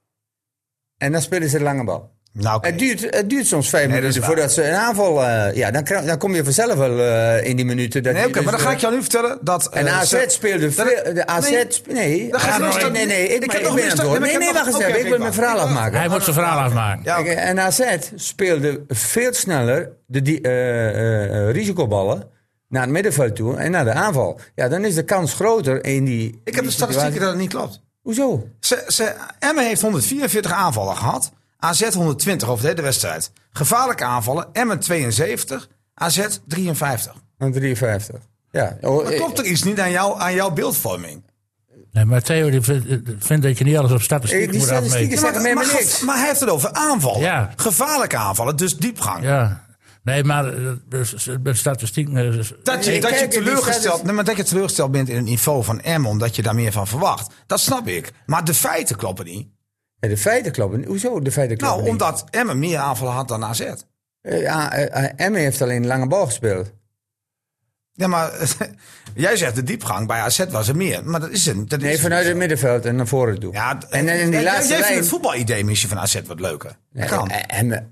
En dan spelen ze de lange bal. Nou, okay. het, duurt, het duurt soms vijf nee, minuten voordat ze een aanval... Uh, ja, dan, dan kom je vanzelf wel uh, in die minuten. Dat nee, oké, okay, dus, maar dan ga ik jou nu vertellen dat... Uh, en A Z ze, speelde... Dat, veel, de A Z... Nee, nee, dat ja, nee, nee, nee, ik, ik, ik ben aan het horen. Nee, nee, wacht eens even. Ik wil mijn verhaal afmaken. Hij moet zijn verhaal afmaken. Ja, okay. En A Z speelde veel sneller de die, uh, uh, risicoballen naar het middenveld toe en naar de aanval. Ja, dan is de kans groter in die... Ik heb de statistieken dat het niet klopt. Hoezo? Ze, ze, Emmen heeft honderdvierenveertig aanvallen gehad. A Z honderdtwintig over de hele wedstrijd. Gevaarlijke aanvallen. Emmen tweeënzeventig. A Z drieënvijftig. En drieënvijftig. Ja. Oh, maar klopt er iets niet aan, jou, aan jouw beeldvorming? Nee, maar Theo die vindt, vindt dat je niet alles op statistieken die moet statistieken afmeten. zeggen maar, mij maar, niks. maar hij heeft het over aanvallen. Ja. Gevaarlijke aanvallen, dus diepgang. Ja. Nee, maar de statistieken... Dat je, nee, dat, kijk, je teleurgesteld, is... nee, maar dat je teleurgesteld bent in het niveau van Emmen, omdat je daar meer van verwacht. Dat snap ik. Maar de feiten kloppen niet. Ja, de feiten kloppen. Hoezo de feiten kloppen Nou, niet? omdat Emmen meer aanvallen had dan A Z. Uh, ja, uh, Emmen heeft alleen een lange bal gespeeld. Ja, maar jij zegt de diepgang. Bij A Z was er meer. Maar dat is het. Dat nee, is vanuit het het middenveld en naar voren toe. Ja, en, en in die jij, laatste jij lijn... vindt het voetbalidee misschien van A Z wat leuker. Ja, kan. Emmen...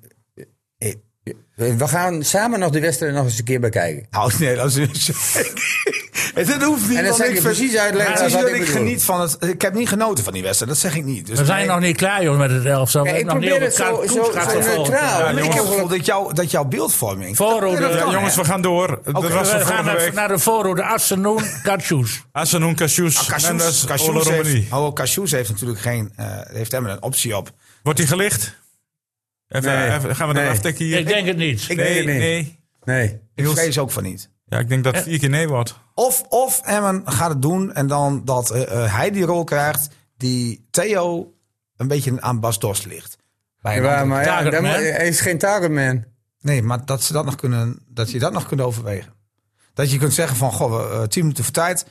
We gaan samen nog de wedstrijd nog eens een keer bekijken. Nou, nee, dat is... Het hoeft niet. En dan zeg je precies uitleggen wat wat ik, ik geniet van het. Ik heb niet genoten van die wedstrijd. Dat zeg ik niet. Dus we zijn nee. nog niet klaar, jongens, met het elftal. Ja, ik nog niet probeer op het zo, zo, zo neutraal. Ja, Ja, ik heb het gevoel dat, jou, dat jouw beeldvorming... Voorhoede. dat kan, Ja, jongens, hè? we gaan door. Dat Okay, was we de gaan vorige naar, week. naar de voorhoede. Assenoen, Katsjoes. Assenoen, Cassius, Mendes, Ola Romani. Oh, Cassius heeft natuurlijk geen... Uh, heeft hem een optie op. Wordt hij gelicht? Even, Nee. even, gaan we dan Nee. afdekken hier? Ik denk het niet. Ik nee, denk het niet. nee. Nee. Ik vrees ook van niet. Ja, ik denk dat het vier keer nee wordt. Of, of Emmen gaat het doen en dan dat uh, uh, hij die rol krijgt die Theo een beetje aan Bas Dost ligt. Bij een Ja, andere- maar ja, Targetman. dan moet- hij is geen targetman. Nee, maar dat, ze dat, nog kunnen, dat je dat nog kunt overwegen. Dat je kunt zeggen van, goh, uh, tien minuten voor tijd.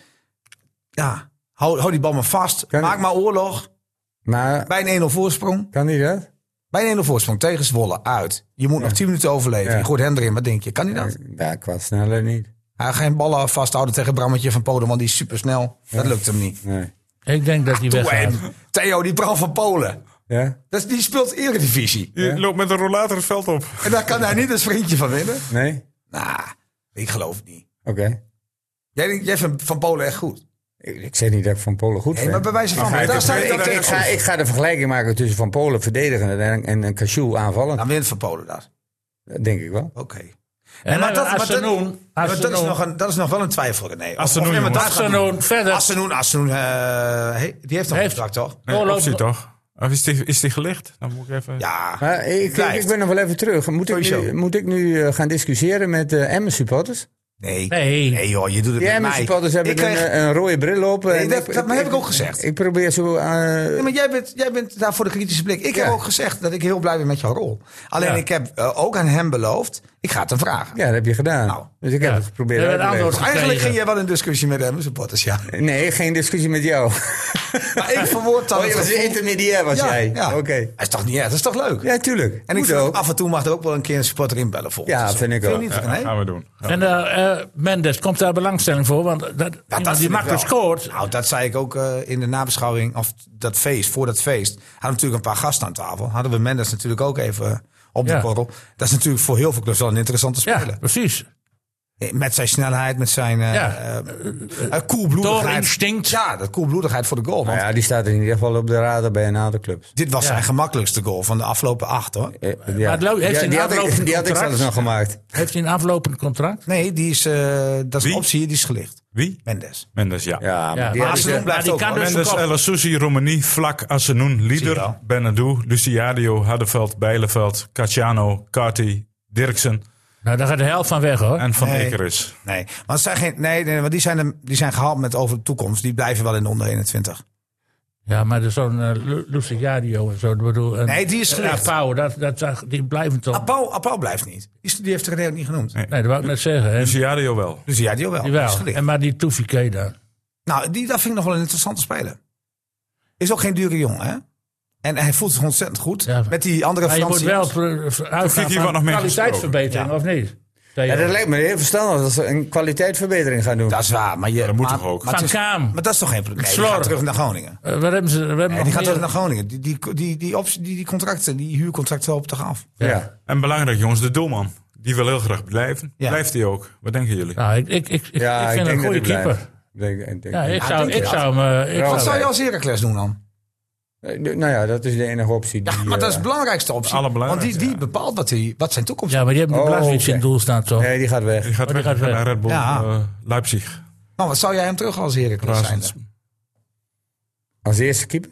Ja, hou, hou die bal maar vast. Kan- Maak maar oorlog. Maar Bij een één nul voorsprong. kan hij dat? Bij een één nul voorsprong tegen Zwolle uit. Je moet nog tien minuten overleven. Ja. Je gooit hem erin. Wat denk je? Kan hij dat? Ja, qua sneller niet. Hij gaat geen ballen vasthouden tegen Brammetje van Polen, want die is supersnel. Dat lukt hem niet. Nee. Ik denk dat hij Toe, weggaat. en Theo, die Bram van Polen. Ja? Dat is, die speelt Eredivisie. Je loopt met een rollator het veld op. En daar kan hij niet als vriendje van winnen. Nee? Nou, ik geloof het niet. Oké. Jij, denkt- jij vindt Van Polen echt goed. Ik, ik zeg niet dat ik Van Polen goed Nee, vind. maar bij wijze van... Maar daar hij- staat hij- ik, ik, ik, ga, ik ga de vergelijking maken tussen Van Polen verdedigen en, en een Cashew aanvallen. Dan wint Van Polen dat. Dat denk ik wel. Oké. En maar dat- maar dat- Assenoen. Maar dat, is nog een, dat is nog wel een twijfel, nee. Assenoen, jongens. Assenoen, verder. Assenoen, Assenoen, uh, hey, die heeft nog een Heeft- contract, toch? Nee, Doorloop- optie toch? Of is die, is die gelicht? Dan moet ik even... Ja. Maar ik, ik, Blijft. ik ben nog wel even terug. Moet ik Sowieso. nu, moet ik nu uh, gaan discussiëren met de uh, Emmen supporters? Nee. Nee. Nee joh, je doet het Die met Emmen mij. supporters hebben Ik kreeg- een, een rode bril op. Nee, en dat- dat heb ik ook gezegd. Ik probeer zo... Uh, Ja, maar jij bent, jij bent daar voor de kritische blik. Ik Ja. heb ook gezegd dat ik heel blij ben met jouw rol. Alleen Ja. ik heb uh, ook aan hem beloofd, ik ga het hem vragen. ja, dat heb je gedaan. Nou. Dus ik heb Ja. het geprobeerd We uit hebben te het leggen. antwoord Eigenlijk gekregen. ging jij wel in discussie met hem supporters, ja. Nee, geen discussie met jou. Maar ik verwoord dan Oh, je het was gevoel- intermediair, was ja, jij? Ja. Oké. Dat is toch niet erg, dat is toch leuk? Ja, tuurlijk. En ik Moet vind ook. ook, af en toe mag er ook wel een keer een supporter inbellen volgens Ja, mij. vind ik je ook. niet, Ja, nee? gaan we doen. Ja. En uh, uh, Mendes, komt daar belangstelling voor? Want dat, iemand vind die ik makkelijk wel. scoort. Nou, dat zei ik ook uh, in de nabeschouwing, of dat feest, voor dat feest. Hadden we natuurlijk een paar gasten aan tafel. Hadden we Mendes natuurlijk ook even op de Ja. korrel. Dat is natuurlijk voor heel veel clubs wel een interessante Ja, speler. precies. Met zijn snelheid, met zijn uh, Ja. uh, uh, koelbloedigheid. Toorinstinct. Ja, dat koelbloedigheid voor de goal. Want Nou ja, die staat in ieder geval op de radar bij een aantal clubs. dit was Ja. zijn gemakkelijkste goal van de afgelopen acht, hoor. Eh, Maar ja. het leuk- heeft die, hij die, een had ik, aflopend die had ik contract? zelfs nog gemaakt. Heeft hij een aflopend contract? Nee, die is, uh, dat is Wie? een optie, die is gelicht. Wie? Mendes. Mendes, ja. Ja, maar Ja, die maar had ik- Assenoen maar blijft die ook, kan hoor. dus Mendes, verkopen. El Sousi, Romani, Vlak, Assenoen, Zie je Lieder, wel. Benadou, Luciadio, Hardenveld, Bijleveld, Cacciano, Carty, Dirksen Nou, daar gaat de helft van weg, hoor. en Van Nee. Ekeris. Nee, want het zijn geen, nee, nee, want die zijn, er- die zijn gehaald met over de toekomst. Die blijven wel in de onder eenentwintig. Ja, maar er is zo'n uh, Lu- Luciadio en zo. Ik bedoel, en, Nee, die is Ja, gelicht. Pauw, dat, dat, zag- die blijven toch. Apau, Apau blijft niet. Die, is- die heeft er ook niet genoemd. Nee. Nee, dat wou ik net zeggen. Hè. Luciadio wel. Dus ja, die wel. Die Die wel. is gelicht. En maar die Toefike dan. Nou, die, dat vind ik nog wel een interessante speler. Is ook geen dure jongen, hè? En hij voelt zich ontzettend goed. Ja, met die andere Maar je moet Fransen. wel pr- uitgaan Kiki wordt nog van meer kwaliteitsverbetering, Ja. of niet? Ja, dat lijkt me heel verstandig dat ze een kwaliteitsverbetering gaan doen. Dat is waar, maar je... dat moet maar, toch ook? Maar, het Van is- Kaam. maar dat is toch geen probleem? Nee, die Slor. gaat terug naar Groningen. Uh, waar hebben ze... We hebben Nee, nog die gaat meer- terug naar Groningen. Die, die, die, die, optie- die, die contracten, die huurcontracten lopen toch af? Ja. En belangrijk jongens, de doelman. Die wil heel graag blijven. Ja. Blijft hij ook? Wat denken jullie? Nou, ik, ik, ik, ik, Ja, ik vind denk een goede dat hij keeper. blijft. Ik Denk, ik denk, Ja, ik Ja, zou, denk je ik dat? zou hem... uh, ik Ja, Wat zou- zou je als Heracles doen dan? Eh, Nou ja, dat is de enige optie. Die, Ja, maar dat is de eh, belangrijkste optie. Want die, allerbelangrijkste, die bepaalt wat, hij, wat zijn toekomst is. Ja, maar die hebben de Oh, Blažević oké. in het doel staan, toch? Nee, die gaat weg. Die gaat Oh, die weg gaat weg. naar Red Bull Ja. eh, Leipzig. Maar wat zou jij hem terug als Heracles zijn? Razend. Als eerste keeper?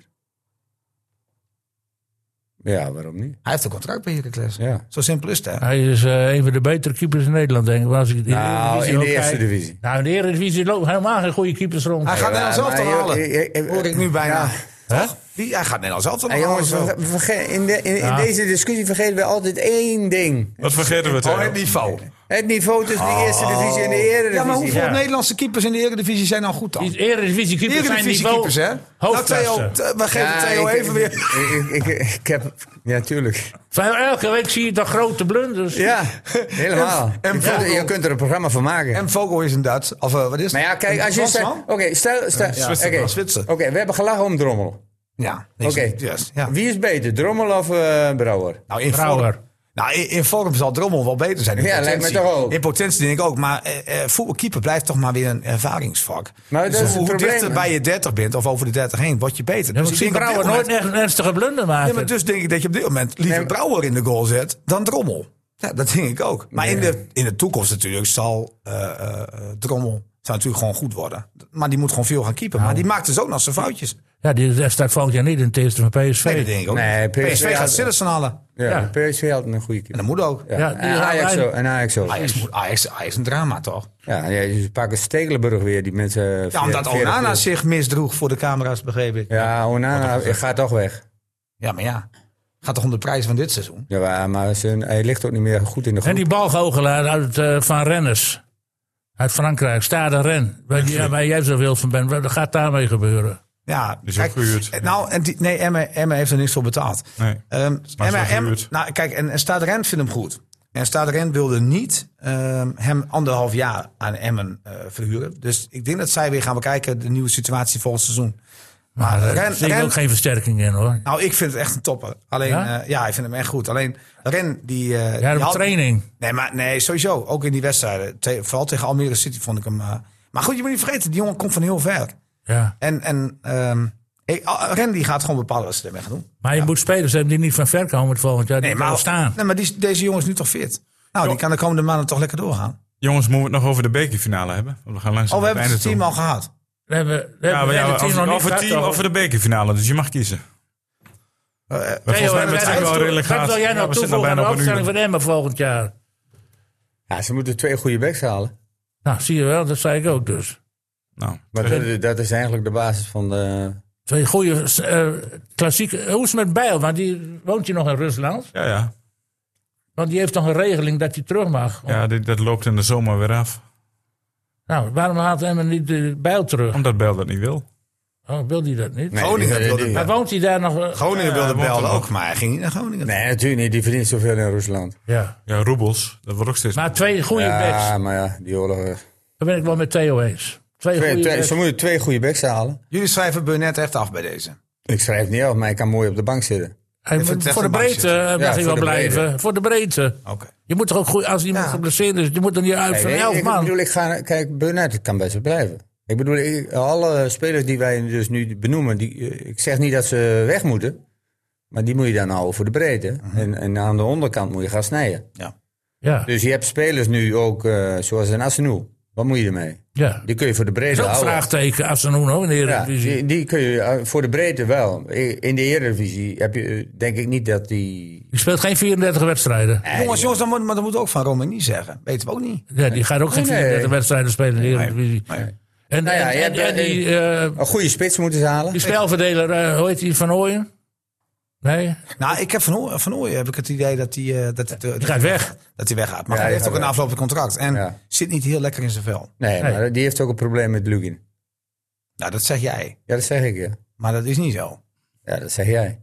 Ja, waarom niet? Hij heeft een contract bij Heracles. Ja. Zo simpel is het, hè? Hij is uh, een van de betere keepers in Nederland, denk ik. Maar als ik in de Nou, Eredivisie in de ook eerste kijk- divisie. Nou, in de Eredivisie lopen helemaal geen goede keepers rond. Hij gaat Ja, Nederland zelf maar te je- halen. je- je- Hoor ik nu bijna. Ja. Hè? Die, hij gaat Nederland zelf te Hey, halen. jongens, zo. we verge- in, de, in, in Ja. deze discussie vergeten we altijd één ding. Wat vergeten we Oh, het? het niveau. Het niveau tussen de eerste divisie en de eredivisie. Ja, maar hoeveel Ja. Nederlandse keepers in de Eredivisie zijn nou goed dan? Die Eredivisie keepers zijn Eredivisie niveau keepers, hè? Nou, hoofdklasse. Theo, t- we geven Ja, Theo ik- even weer... Ik, ik, ik, ik heb... Ja, tuurlijk. Van elke week zie je toch grote blunders. Ja, helemaal. En- en je, kunt, Vogel. je kunt er een programma van maken. En Vogel is een Duits. Of uh, wat is het? maar ja, kijk, Een als je zegt... Fransman? Oké, stel... stel Zwitser, oké, Zwitser. Oké, we hebben gelachen om Drommel. Ja. Oké. Yes, ja. Wie is beter, Drommel of uh, Brouwer? Nou, in Brouwer. vorm, nou, in, in vorm zal Drommel wel beter zijn. In Ja, lijkt potentie. me toch ook. In potentie denk ik ook. Maar eh, eh, voetbalkeeper blijft toch maar weer een ervaringsvak. Maar dat is het hoe probleem, dichter hè? bij je dertig bent of over de dertig heen, word je beter. Ja, Dus ik zie ik denk op Brouwer dit nooit moment- echt een ernstige blunder maken. Ja, maar dus denk ik dat je op dit moment liever Nee, maar- Brouwer in de goal zet dan Drommel. Ja, dat denk ik ook. Maar in, Nee. de, in de toekomst natuurlijk zal uh, uh, Drommel zou natuurlijk gewoon goed worden. Maar die moet gewoon veel gaan keepen. Maar die maakt dus ook nog zijn foutjes. Ja, die staat volgend jaar niet in het eerste van P S V. Nee, dat denk ik ook Nee, niet. P S V P S V gaat had- Sillissen halen. Ja, Ja. P S V had een goede En keeper. dat moet ook. Ja. Ja, die en, gaan Ajax wij- zo, en Ajax ook. Ajax, moet, Ajax, Ajax een drama toch? Ja, ja, ze pakken Stekelenburg weer, die mensen... Ja, omdat Onana zich misdroeg voor de camera's, begreep ik. Ja, Onana gaat toch weg. Ja, maar ja. Gaat toch om de prijs van dit seizoen? Ja, maar- maar zijn, hij ligt ook niet meer goed in de groep. En die balgoochelaar uit, uh, van Rennes. Uit Frankrijk, Stade Rennes. Waar, die- waar jij zoveel van bent. Wat gaat daarmee gebeuren? Ja, is ook gehuurd. Nou, en die, nee, Emmen, Emmen heeft er niks voor betaald. Nee. Um, Maar Emmen, is wel Emmen, gehuurd. nou, kijk, en, en Stade Rennes vindt hem goed. En Stade Rennes wilde niet um, hem anderhalf jaar aan Emmen uh, verhuren. Dus ik denk dat zij weer gaan bekijken de nieuwe situatie volgend seizoen. Maar Maar uh, er Ren, zit Ren- ook geen versterking in, hoor. nou, ik vind het echt een topper. Alleen, Ja? ja, uh, ja ik vind hem echt goed. Alleen, Ren, die... Uh, Ja, die de had- training. Nee, maar nee, sowieso. Ook in die wedstrijden. Te- vooral tegen Almere City vond ik hem... Uh, maar goed, je moet niet vergeten, die jongen komt van heel ver. Ja. En, en um, ik, Ren die gaat gewoon bepalen wat ze ermee gaan doen. Maar je moet spelers hebben die niet van ver komen het volgend jaar. Die Nee, maar maar, staan. nee, maar die, deze jongen is nu toch fit? Nou, die kan de komende maanden toch lekker doorgaan. Jongens, moeten we het nog over de bekerfinale hebben? Want we gaan langzaam Oh, we naar hebben het einde team toe. al gehad. We hebben, we Ja, hebben maar ja, het team nog over, niet over het gehad, team toch? over de bekerfinale, dus je mag kiezen. Uh, We Theo, volgens mij en met wat- het wel wat- redelijk Wat gaat. wil jij Ja, nou we zitten toevoegen aan de bijna op een opstelling uur. van Emmen volgend jaar? Ja, ze moeten twee goede backs halen. Nou, zie je wel, dat zei ik ook dus. Nou, Maar dat, dat is eigenlijk de basis van de... Twee goede uh, klassieke... Hoe is het met Bijl? Want die woont hier nog in Rusland. ja, ja. Want die heeft toch een regeling dat hij terug mag. ja dit, dat loopt in de zomer weer af. Nou, waarom haalt Emmen niet de Bijl terug? Omdat Bel dat niet wil. Oh, wil hij dat niet? Nee, Groningen die- wilde die- Maar woont hij daar nog? uh, Groningen wilde woont belden er ook, nog. maar hij ging niet naar Groningen. Nee, natuurlijk niet. Die verdient zoveel in Rusland. Ja. Ja, roebels. Dat wordt ook steeds... Maar twee goede Ja, backs. maar ja, die oorlog... eh, Daar ben ik wel met Theo eens. Twee, Twee, goede twee, backs. ze moeten twee goede backs halen. Jullie schrijven Burnett echt af bij deze. Ik schrijf niet af, maar hij kan mooi op de bank zitten. Hij Even moet- tegen voor de de bank breedte zitten. uh, mag Ja, hij voor wel de blijven. breedte. Voor de breedte. Oké. Je moet toch ook goed, als iemand Ja. geblesseerd is, je moet er niet uit van Nee, elf ik, man. bedoel, ik ga, kijk, Burnett kan best wel blijven. Ik bedoel, ik- alle spelers die wij dus nu benoemen, die, eh, ik zeg niet dat ze weg moeten, maar die moet je dan houden voor de breedte. En, en aan de onderkant moet je gaan snijden. Ja. Ja, Dus je hebt spelers nu ook, uh, zoals een Assenou. Wat moet je ermee? ja. Die kun je voor de Dat breedte is ook een houden. vraagteken als ze nu ook in de Ja, Eredivisie. die, die kun je uh, voor de breedte wel. In de Eredivisie heb je, uh, denk ik niet dat die... Die speelt geen vierendertig wedstrijden. Jongens, jongens, dat moet, maar dat moet ook van Romani zeggen. Weten we ook niet. Ja, die gaat ook geen Nee, nee. vierendertig wedstrijden spelen in de Eredivisie. Nee. En, Nou ja, en, je en, hebt, en die, uh, Een goede spits moeten ze halen. die spelverdeler, uh, hoe heet die, Van Ooyen? Nee? Nou, ik heb van, Ooy- van Ooyen heb ik het idee dat hij uh, dat, dat, Die gaat weg. dat hij weggaat. Maar Ja, hij die heeft ook gaat een weg. aflopend contract. En Ja. zit niet heel lekker in zijn vel. Nee, Nee. maar die heeft ook een probleem met Lugin. Nou, dat zeg jij. Ja, dat zeg ik, ja. Maar dat is niet zo. Ja, dat zeg jij.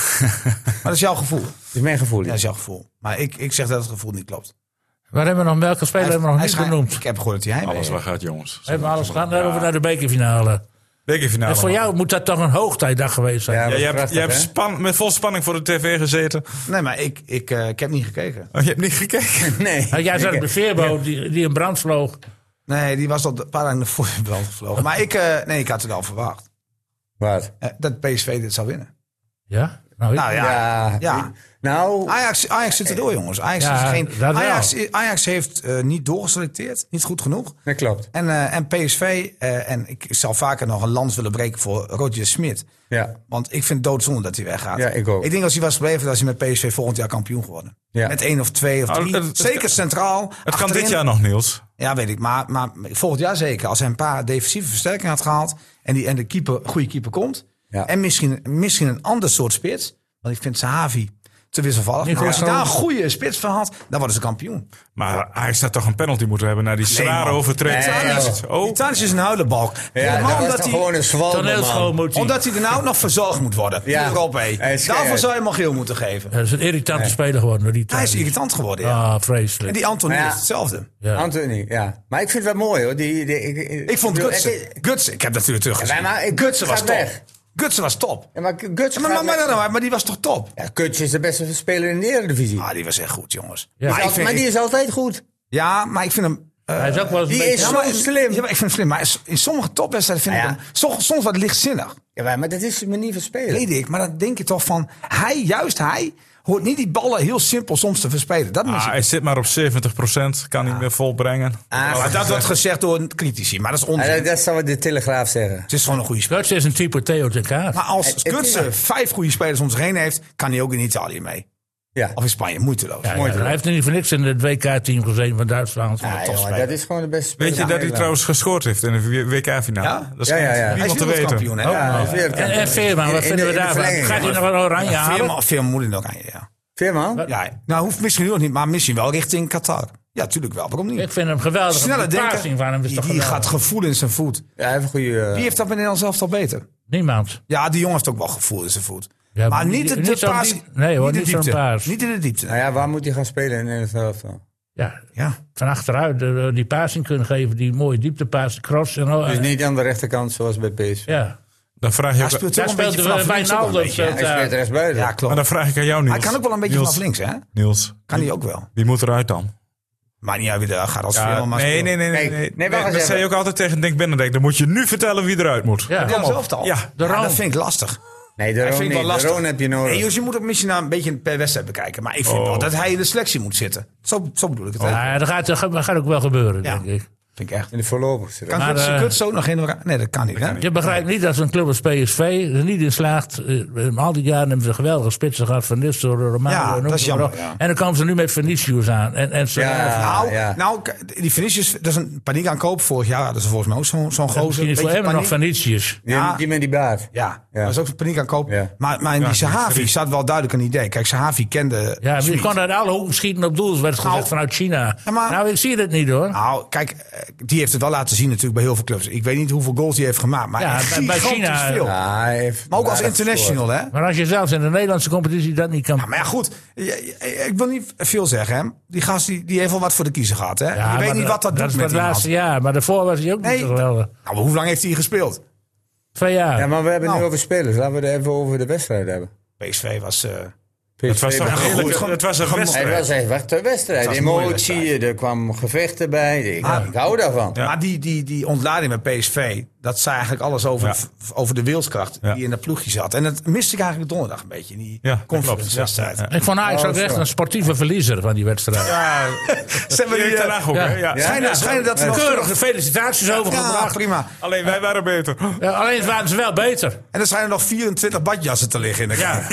Maar dat is jouw gevoel. Dat is mijn gevoel. Ja, dat is jouw gevoel. Maar ik, ik zeg dat het gevoel niet klopt. Waar hebben we nog, welke speler hebben we nog Hij niet schijnt- genoemd? Ik heb gehoord dat hij heimwee Alles waar heeft. gaat, jongens. Hebben we alles gehad? Dan over naar de bekerfinale. Bekerfinale. En voor jou moet dat toch een hoogtijdag geweest zijn? Ja, Ja, dat je is hebt, prachtig, je hebt hè? span, met vol spanning voor de tv gezeten. Nee, maar ik, ik, uh, ik heb niet gekeken. Oh, je hebt niet gekeken? Nee. Nou, jij zat Ik- op de veerboot die, die in brand vloog. Nee, die was al een paar dagen voor de brand gevlogen. Maar ik, uh, nee, ik had het al verwacht. Wat? Uh, dat P S V dit zou winnen. Ja? Nou, ik- Nou ja, Ja. ja. Nou, Ajax, Ajax zit erdoor, jongens. Ajax, Ja, is geen, dat wel. Ajax, Ajax heeft uh, niet doorgeselecteerd. Niet goed genoeg. dat klopt. En, uh, en P S V, uh, en ik zal vaker nog een lans willen breken voor Roger Smit. Ja. Want ik vind het doodzonde dat hij weggaat. Ja, ik ook. Ik denk als hij was gebleven, dat hij met P S V volgend jaar kampioen geworden. Ja. Met één of twee of Nou, drie. het- het- zeker centraal. Het kan achterin. dit jaar nog, Niels. Ja, weet ik. Maar, maar volgend jaar zeker. Als hij een paar defensieve versterkingen had gehaald. En, die, en de keeper, goede keeper komt. Ja. En misschien, misschien een ander soort spits. Want ik vind Sahavi te wisselvallig. Niet Maar als je goed. daar een goede spits van had, dan worden ze kampioen. Maar Ajax had toch een penalty moeten hebben naar die zware man. overtreding. Nee, Tadic. joh. Oh, Tadic is een huilenbalk. Ja, Helemaal dat was omdat toch hij, gewoon een zwalbe, toneelschool man. moet hij. omdat hij er nou nog verzorgd moet worden. Ja. Europe. Hij is Daarvoor scherp. zou je hem al geel moeten geven. Dat is een irritante speler geworden. door Die Hij is tijd. irritant geworden, ja. Ah, En vreselijk. die Anthony Maar ja. is hetzelfde. Ja. Anthony, ja. Maar ik vind het wel mooi, hoor. Die, die, ik, Ik vond bedoel, Gutsen. het is- Gutsen, ik heb natuurlijk teruggezien. Ja, maar ik- Gutsen was gaat top. weg. Gutsen was top. Ja, maar Gutsen Maar, maar, gaat maar, weg. maar, maar die was toch top? Ja, Gutsen is de beste speler in de Eredivisie. Ah, die was echt goed, jongens. Ja. Maar, maar, ik vind, die is altijd goed. ja, maar ik vind hem... uh, Hij is ook wel eens een Die beetje... is ja, zo maar, slim. Ja, maar ik vind hem slim. Maar in sommige topwedstrijden vind Ja, ik ja. hem soms, soms wat lichtzinnig. Ja, maar dat is zijn manier van spelen. Weet ik. Maar dan denk je toch van... Hij, juist hij, hoort niet die ballen heel simpel soms te verspelen. Dat mis ah, ik. hij zit maar op zeventig procent. Kan niet meer volbrengen. Ah, Maar dat wordt gezegd door critici. Maar dat is onzin. Ja, dat, dat zou de Telegraaf zeggen. Het is gewoon een goede speler. Gutsen is een type Theo de Kaat. Maar als Het- het is- Gutsen vijf goede spelers om zich heen heeft... kan hij ook in Italië mee. Ja. Of in Spanje. Moeiteloos. Ja, mooi ja, te hij heeft niet voor niks in het W K-team gezeten van Duitsland. Ja, jongen, topspeler. dat is gewoon de beste speler. Weet je van dat hij Nederland. trouwens gescoord heeft in de W K-finale? Ja? Dat Ja, ja, ja. Hij is niemand te weten. wereldkampioen, hè? Oh, Ja, ja. hij is weer En, en Veerman, wat in- in vinden de- we in de daarvan? verlenging, Gaat hij ja. nog een oranje halen? Veel, veel moet hij nog aan je, ja. Veerman? Ja, nou hoeft misschien nu nog niet, maar misschien wel richting Qatar. Ja, natuurlijk wel. Waarom niet? Ik vind hem geweldig. Sneller De passing denken. van hem is Die, toch die geweldig? gaat gevoel in zijn voet. Ja, even een goede... eh, Wie heeft dat bij Nederland zelf al beter? Niemand. Ja, die jongen heeft ook wel gevoel in zijn voet. Ja, maar niet de, de niet zo'n paas. diep- nee hoor, de niet zo'n diepte. paas. Niet in de diepte. Nou ja, waar moet hij gaan spelen in Nederland zelf dan? Ja, Ja. van achteruit de- die passing kunnen geven. Die mooie dieptepaas, cross en al. Dus niet aan de rechterkant zoals bij P S V. Ja, Dan vraag je Hij ook, speelt daar ook een beetje speelt vanaf de links ook wel een Wijnaldum. beetje, hè? speelt Hij speelt daar. rechtsbuiten. Ja, maar klopt. dan vraag ik aan jou, Niels. Hij kan ook wel een beetje Niels, vanaf links, hè? Niels, Kan hij ook wel. wie moet eruit dan? Maar niet uit wie er gaat als Ja, veel maar nee, spelen. nee, nee, nee, Kijk, nee. nee, nee, wacht eens dat zei je even. ook altijd tegen Dick Benedek. Dan moet je nu vertellen wie eruit moet. Ja, Ja, kom op. zelf al. Ja, De Ja, Roon. dat vind ik lastig. Nee, de Dat Roon vind ik niet. wel De lastig. Roon heb je nodig. Nee, dus je moet ook misschien nou een beetje per wedstrijd bekijken. Maar ik vind Oh. wel dat hij in de selectie moet zitten. Zo, zo bedoel ik het. hè? Ja, dat gaat, dat gaat ook wel gebeuren, Ja. denk ik. Vind ik echt. In de voorlopigste. Kan Maar, Guts, eh, Guts ook nog in elkaar? Nee, dat kan niet. Hè? Je begrijpt niet dat een club als P S V er niet in slaagt. eh, Al die jaren hebben ze geweldige spitsen gehad. Van Nistelrooy, Romano. Ja, en noem dat is maar jammer, op. ja. En dan komen ze nu met Vinicius aan. En, en ze, Ja. Nou, ja. nou, k- die Vinicius, dat is een paniekaankoop. Vorig jaar hadden ze volgens mij ook zo'n zo'n gozer. misschien is voor Beetje hem nog paniek. Vinicius. Die, Ja. die met die baard. Ja, Ja. dat is ook een paniekaankoop. Ja. Maar, maar in die Sahavi staat wel duidelijk een idee. Kijk, Sahavi kende Ja, maar die Smit. kon uit alle hoeken schieten op doel, werd gezegd Nou, vanuit China. ja, maar- nou, ik zie het niet hoor. Nou, kijk, eh, die heeft het wel laten zien natuurlijk bij heel veel clubs. Ik weet niet hoeveel goals hij heeft gemaakt, maar Ja, echt bij- bij gigantisch China- veel. Ja, hij heeft Maar ook als aardig international, hè? Maar als je zelfs in de Nederlandse competitie dat niet kan. Ja, maar ja, goed. Je- je- Ik wil niet veel zeggen, hè. Die gast die, die heeft wel wat voor de kiezer gehad, hè. Ja, je weet maar niet wat dat, dat doet is met het iemand. laatste jaar. Maar daarvoor was hij ook Nee. niet zo geweldig. Nou, maar hoe lang heeft hij gespeeld? Twee jaar. Ja, maar we hebben het Nou. nu over spelers. Laten we het even over de wedstrijd hebben. P S V was... eh, Het was toch was een goed. eerlijke- het was een Gemo- Het wedstrijd. was echt wat een wedstrijd. Het was een mooie Emotie, wedstrijd. er kwam gevechten bij. Ik, Ah. ik hou daarvan. Ja. Maar die, die, die ontlading met P S V, dat zei eigenlijk alles over, Ja. v- over de wilskracht Ja. die in dat ploegje zat. En dat miste ik eigenlijk donderdag een beetje, in die Ja, dat conference-wedstrijd. klopt. Ja, Ik vond Ajax Oh, ook echt zo. een sportieve verliezer van die wedstrijd. Ja, Zeg maar, die, Erik ten eh, Hag ook, ja. hè? Ja. Ja. schijnen, schijnen dat er nog... Keurige felicitaties Ja, overgebracht. prima. Alleen wij waren beter. Ja, alleen waren ze wel beter. En er zijn er nog vierentwintig badjassen te liggen in de Ja.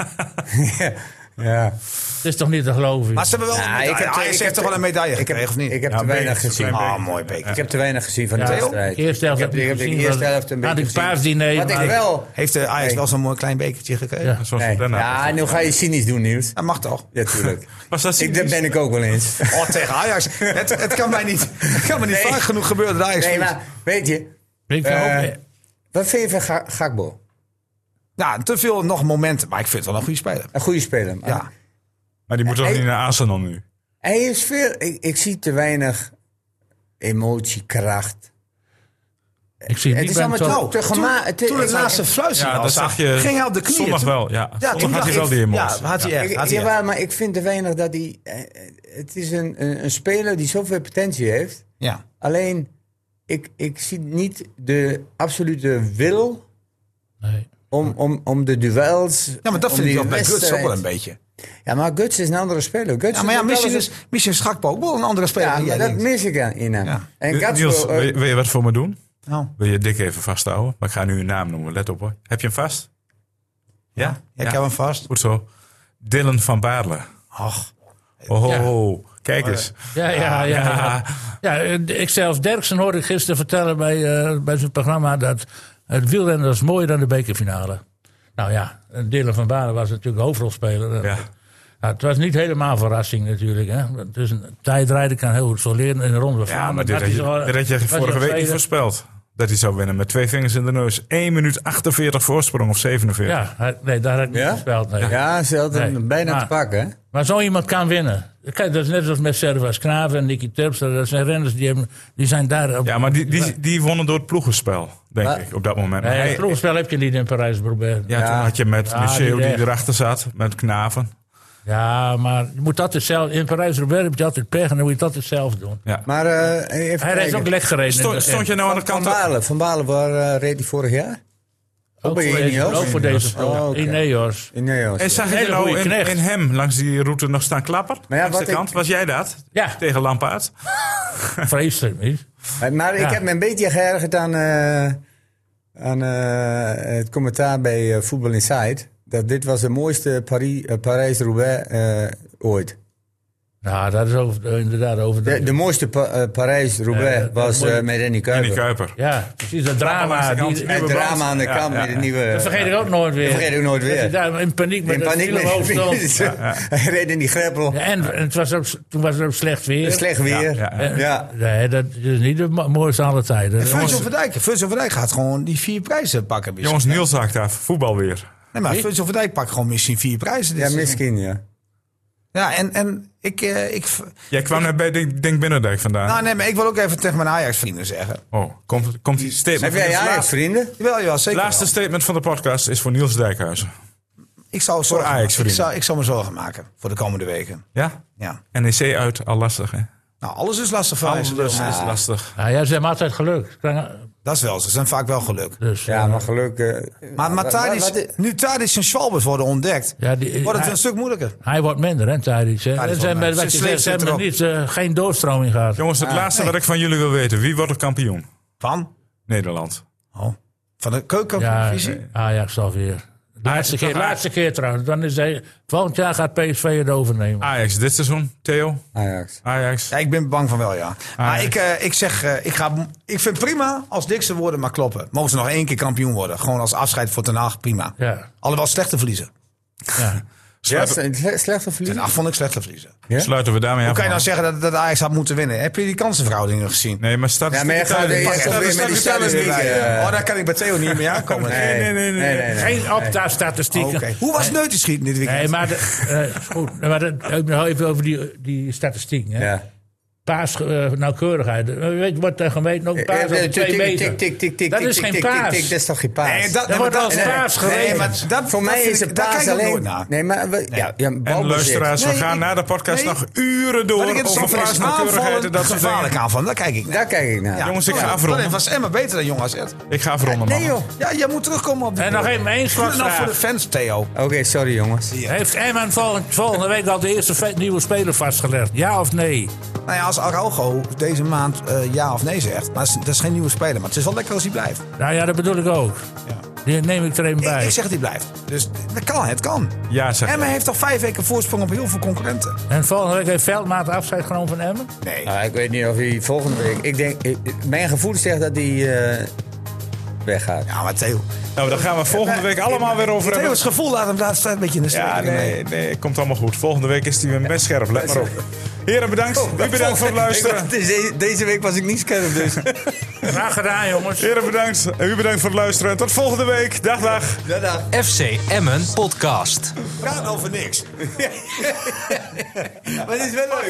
kamer. Ja. Het is toch niet te geloven. Maar ze hebben wel Ja, een ik medaille. heb- Ajax ik heeft heb- toch wel een medaille Ik heb, gekregen, of niet? ik heb Ja, te weinig beker, gezien. klein Ah, beker. mooi beker. Ik heb te weinig gezien van de Ja, wedstrijd. de eerste helft ik heb, heb ik ik heb de gezien, eerste was- helft een had beetje ik gezien. paasdiner, Wat ik maar- wel... Heeft de Ajax Nee. wel zo'n mooi klein bekertje gekregen? Ja. Zoals Nee. Den Haag. Ja, nu ga je cynisch doen, Niels. Dat mag toch? Ja, tuurlijk. Was dat ik, dat ben ik ook wel eens. Oh, tegen Ajax. Het, het kan mij niet, het kan me niet Nee. vaak genoeg gebeuren dat Ajax Nee, verliest. maar weet je... Ik vind Eh, ook, Wat vind je van Ga- Gakpo? Ja, te veel nog momenten. Maar ik vind het wel een goede speler. Een goede speler. Maar Ja. Maar die moet toch Hij- niet naar Arsenal nu? Hij is veel... Ik, ik zie te weinig emotie, kracht. Ik zie Het niet is bij allemaal hem te, zo- te gema... te- Toen het ik- laatste fluitje Ja, dat zag je. ging hij op de knieën. Zondag Toen- wel, ja. Ja, Zondag toen had hij dacht wel ik- die emotie. Ja, had hij echt. Ik, Had hij jawel, echt. maar ik vind te weinig dat hij... eh, Het is een, een, een speler die zoveel potentie heeft. Ja. Alleen, ik, ik zie niet de absolute wil Nee. om, om, om de duels... Ja, maar dat om vind ik die wel bij Guts ook wedstrijd. wel een beetje. Ja, maar Guts is een andere speler. Guts Ja, maar ja, is misschien wel is, eens- misschien is Gakpo ook wel een andere speler Ja, dan maar jij dat denkt. mis ik in hem. Ja. En Gakpo, Niels, eh, wil je, wil je wat voor me doen? Nou, Wil je Dick even vasthouden? Maar ik ga nu een naam noemen, let op hoor. Heb je hem vast? Ja? ja, ik heb hem vast. Goed zo. Dylan van Baarle. Ach, Oh, ho, Ja. ho. Kijk eens. Ja, ja, ja. ja. ja eh, ik zelf, Derksen hoorde ik gisteren vertellen bij, eh, bij zijn programma dat het wielrennen was mooier dan de bekerfinale. Nou ja, Dylan van Baarle was natuurlijk hoofdrolspeler. Ja. Ja, het was niet helemaal verrassing natuurlijk. Hè. Dus een tijdrijden kan heel goed zo leren in de ronde van Ja, Vlaanderen. maar dit Had had hij je, zo- dit had je was hij vorige al week niet tweede? voorspeld. Dat hij zou winnen met twee vingers in de neus. één minuut achtenveertig voorsprong of zevenenveertig. Ja, hij- nee, daar had ik niet Ja? gespeeld. Nee. Ja, ze hadden Nee. bijna Maar- te pakken. Hè? Maar zo iemand kan winnen. Kijk, dat is net zoals met Servas Knaven en Nicky Terpstra. Dat zijn renners die, hebben, die zijn daar... Op, Ja, maar die, die, die wonnen door het ploegenspel, denk Maar- ik, op dat moment. Maar Nee, hij- het ploegspel heb je niet in Parijs-Roubaix. ja, Ja. toen had je met Ja, Michel niet die echt. erachter zat, met Knaven. Ja, maar je moet altijd zelf... In Parijs-Roubaix heb je altijd pech en dan moet je het altijd zelf doen. Ja. Maar eh, even Hij heeft kijken. ook lek gereden. in Stond, de- stond je nou aan de Van kant... Balen, Van Balen, waar eh, reed hij vorig jaar? ook, bij voor deze, Ineos? ook voor deze ploeg. Oh, oké. Ineos. In Neos. En zag Een je hele nou goeie in, knecht. in hem langs die route nog staan klapper? Maar ja, langs wat de ik- kant. Was jij dat? Ja, Tegen Lampaard? vreselijk niet. Maar, maar ik Ja. heb me een beetje geërgerd aan, eh, aan eh, het commentaar bij eh, Voetbal Insight. Dat dit was de mooiste Paris, eh, Parijs-Roubaix eh, ooit. Nou, dat is over, eh, inderdaad over De, de mooiste pa- eh, Parijs-Roubaix Ja, dat- was dat moet- eh, met Rennie Kuiper. Danny Kuiper. Ja, precies, dat drama. langs de kant. Die, Het Nieuwe drama brand. aan de Ja, kant ja, met de ja. nieuwe... dat vergeet ik ook nooit weer. Dat vergeet ik nooit Dat hij weer. daar in paniek met In dat paniek wiel omhoog stond. Hij reed in die greppel. Ja, en en het was ook, toen was het ook slecht weer. Slecht weer. Ja, Ja, ja, ja. Nee, dat is niet de mo- mooiste aller tijden. en Virgil van Dijk. Virgil van Dijk gaat gewoon die vier prijzen pakken. misschien. Jongens, Niels haakt af. Voetbal weer. Nee, maar Virgil van Dijk pakt gewoon misschien vier prijzen. dit seizoen. misschien, ja. Ja, en, en ik... eh, ik Jij kwam net bij Denk, Denk Binnendijk vandaan. nou, nee, maar ik wil ook even tegen mijn Ajax-vrienden zeggen. Oh, komt, komt die statement. Heb jij Niels. Ajax, vrienden? Jawel, jawel, zeker Laatste wel. statement van de podcast is voor Niels Dijkhuizen. Ik zou, zorgen, Ajax, ik, vrienden. zou, ik zou me zorgen maken voor de komende weken. Ja? Ja. N E C uit, al lastig hè? Nou, alles is lastig voor Ajax. Alles Dus, is lastig. Nou, jij hebt altijd geluk. dat is wel zo. Ze zijn vaak wel geluk. Dus, Ja, eh, maar gelukkig... Maar, maar Wat- Tadic- wat- wat- nu Tadic en Schwalbers worden ontdekt, ja, die, wordt het hij, een stuk moeilijker. hij wordt minder, hè, Tadic. hè. wordt En ze hebben, minder. wat je Ze zegt, ze sleept hebben erop. niet, eh, geen doorstroming gehad. Jongens, het laatste nee. wat ik van jullie wil weten. Wie wordt de kampioen? Van? Nederland. Oh. Van de Ja, keukenvisie? Ajax alweer. Laatste keer, laatste keer trouwens. Dan is hij, volgend jaar gaat P S V het overnemen. Ajax dit seizoen. Theo? Ajax. Ajax. Ja, ik ben bang van wel, ja. Maar Ajax. ik, eh, ik zeg, eh, ik, ga, ik vind prima als dikste woorden maar kloppen. Mogen ze nog één keer kampioen worden. Gewoon als afscheid voor Ten Hag, prima. Ja, Alhoewel slechte verliezen. ja. Ja, Sluiten, sle- slechte Ten verliezen. Hag vond ik slechte verliezen. Ja? sluiten we daarmee Hoe af. kan je nou man. zeggen dat, dat Ajax had moeten winnen? Heb je die kansenverhoudingen gezien? Nee, maar staat Ja, maar je gaat- je Pak, komt eh, weer de met die statistieken statistieken, erbij, eh. Oh, daar kan ik bij Theo niet mee aankomen. Nee, nee, nee, nee. nee. Geen opta-statistieken. Oké. Hoe was Neutenschieten dit weekend? Nee, maar, de, eh, goed, maar dat, ook nog even over die, die statistieken. Hè. Ja. Paas, eh, nauwkeurigheid. Eh, Weet je wat er gemeten? Ook paas Eh, over eh, twee tik, meter. tik, tik, tik, tik, Dat tik, is tik, geen tik, paas. tik, tik, Dat is toch geen paas? Nee, dat, Er wordt maar als dat- paas nee, gerekend. maar dat, Voor dat mij vind is ik- het daar paas kijk ik alleen... nooit naar. Nee, maar... we- Ja, ja, En balbezit. luisteraars, we Nee, gaan ik- na de podcast nee. nog uren door Wat ik over interessant vind is paasnauwkeurigheid en aanvallen, dat soort gevaarlijk dingen. aanvallen. Daar kijk ik naar. Daar kijk ik naar. Ja. Jongens, ik ga Ja, afronden. Dat was Emma beter dan Jong A Z. Ik ga afronden, Nee, man. joh. Ja, je moet terugkomen op die En nog even één Nou, voor slotvraag. de fans, Theo. Oké, sorry jongens. Heeft Emmen volgende, volgende week al de eerste ve- nieuwe speler vastgelegd? Ja of nee? Nou ja, als Araujo deze maand eh, ja of nee zegt, maar dat is geen nieuwe speler. Maar het is wel lekker als hij blijft. Nou ja, dat bedoel ik ook. Ja. Die neem ik er even Ik, bij. ik zeg dat hij blijft. Dus dat kan, het kan. Ja, zeg. Emma heeft al vijf weken voorsprong op heel veel concurrenten. En volgende week heeft Veldmaat afscheid genomen van Emmen? Nee. Nou, ik weet niet of hij volgende week... Ik denk, ik- mijn gevoel zegt dat hij... eh, weggaat. Ja, maar Theo. Nou, daar gaan we volgende week allemaal weer over hebben. Theo's gevoel laat hem daar een beetje in de steek. Ja, nee, nee, komt allemaal goed. Volgende week is hij weer best scherp. Let maar op. Heren, bedankt. U bedankt voor het luisteren. Deze, deze week was ik niet scherp, dus. Graag gedaan, jongens. Heren, bedankt. En u bedankt voor het luisteren. Tot volgende week. Dag, dag. Ja, dag. F C Emmen Podcast. Praat over niks. Maar het is wel leuk.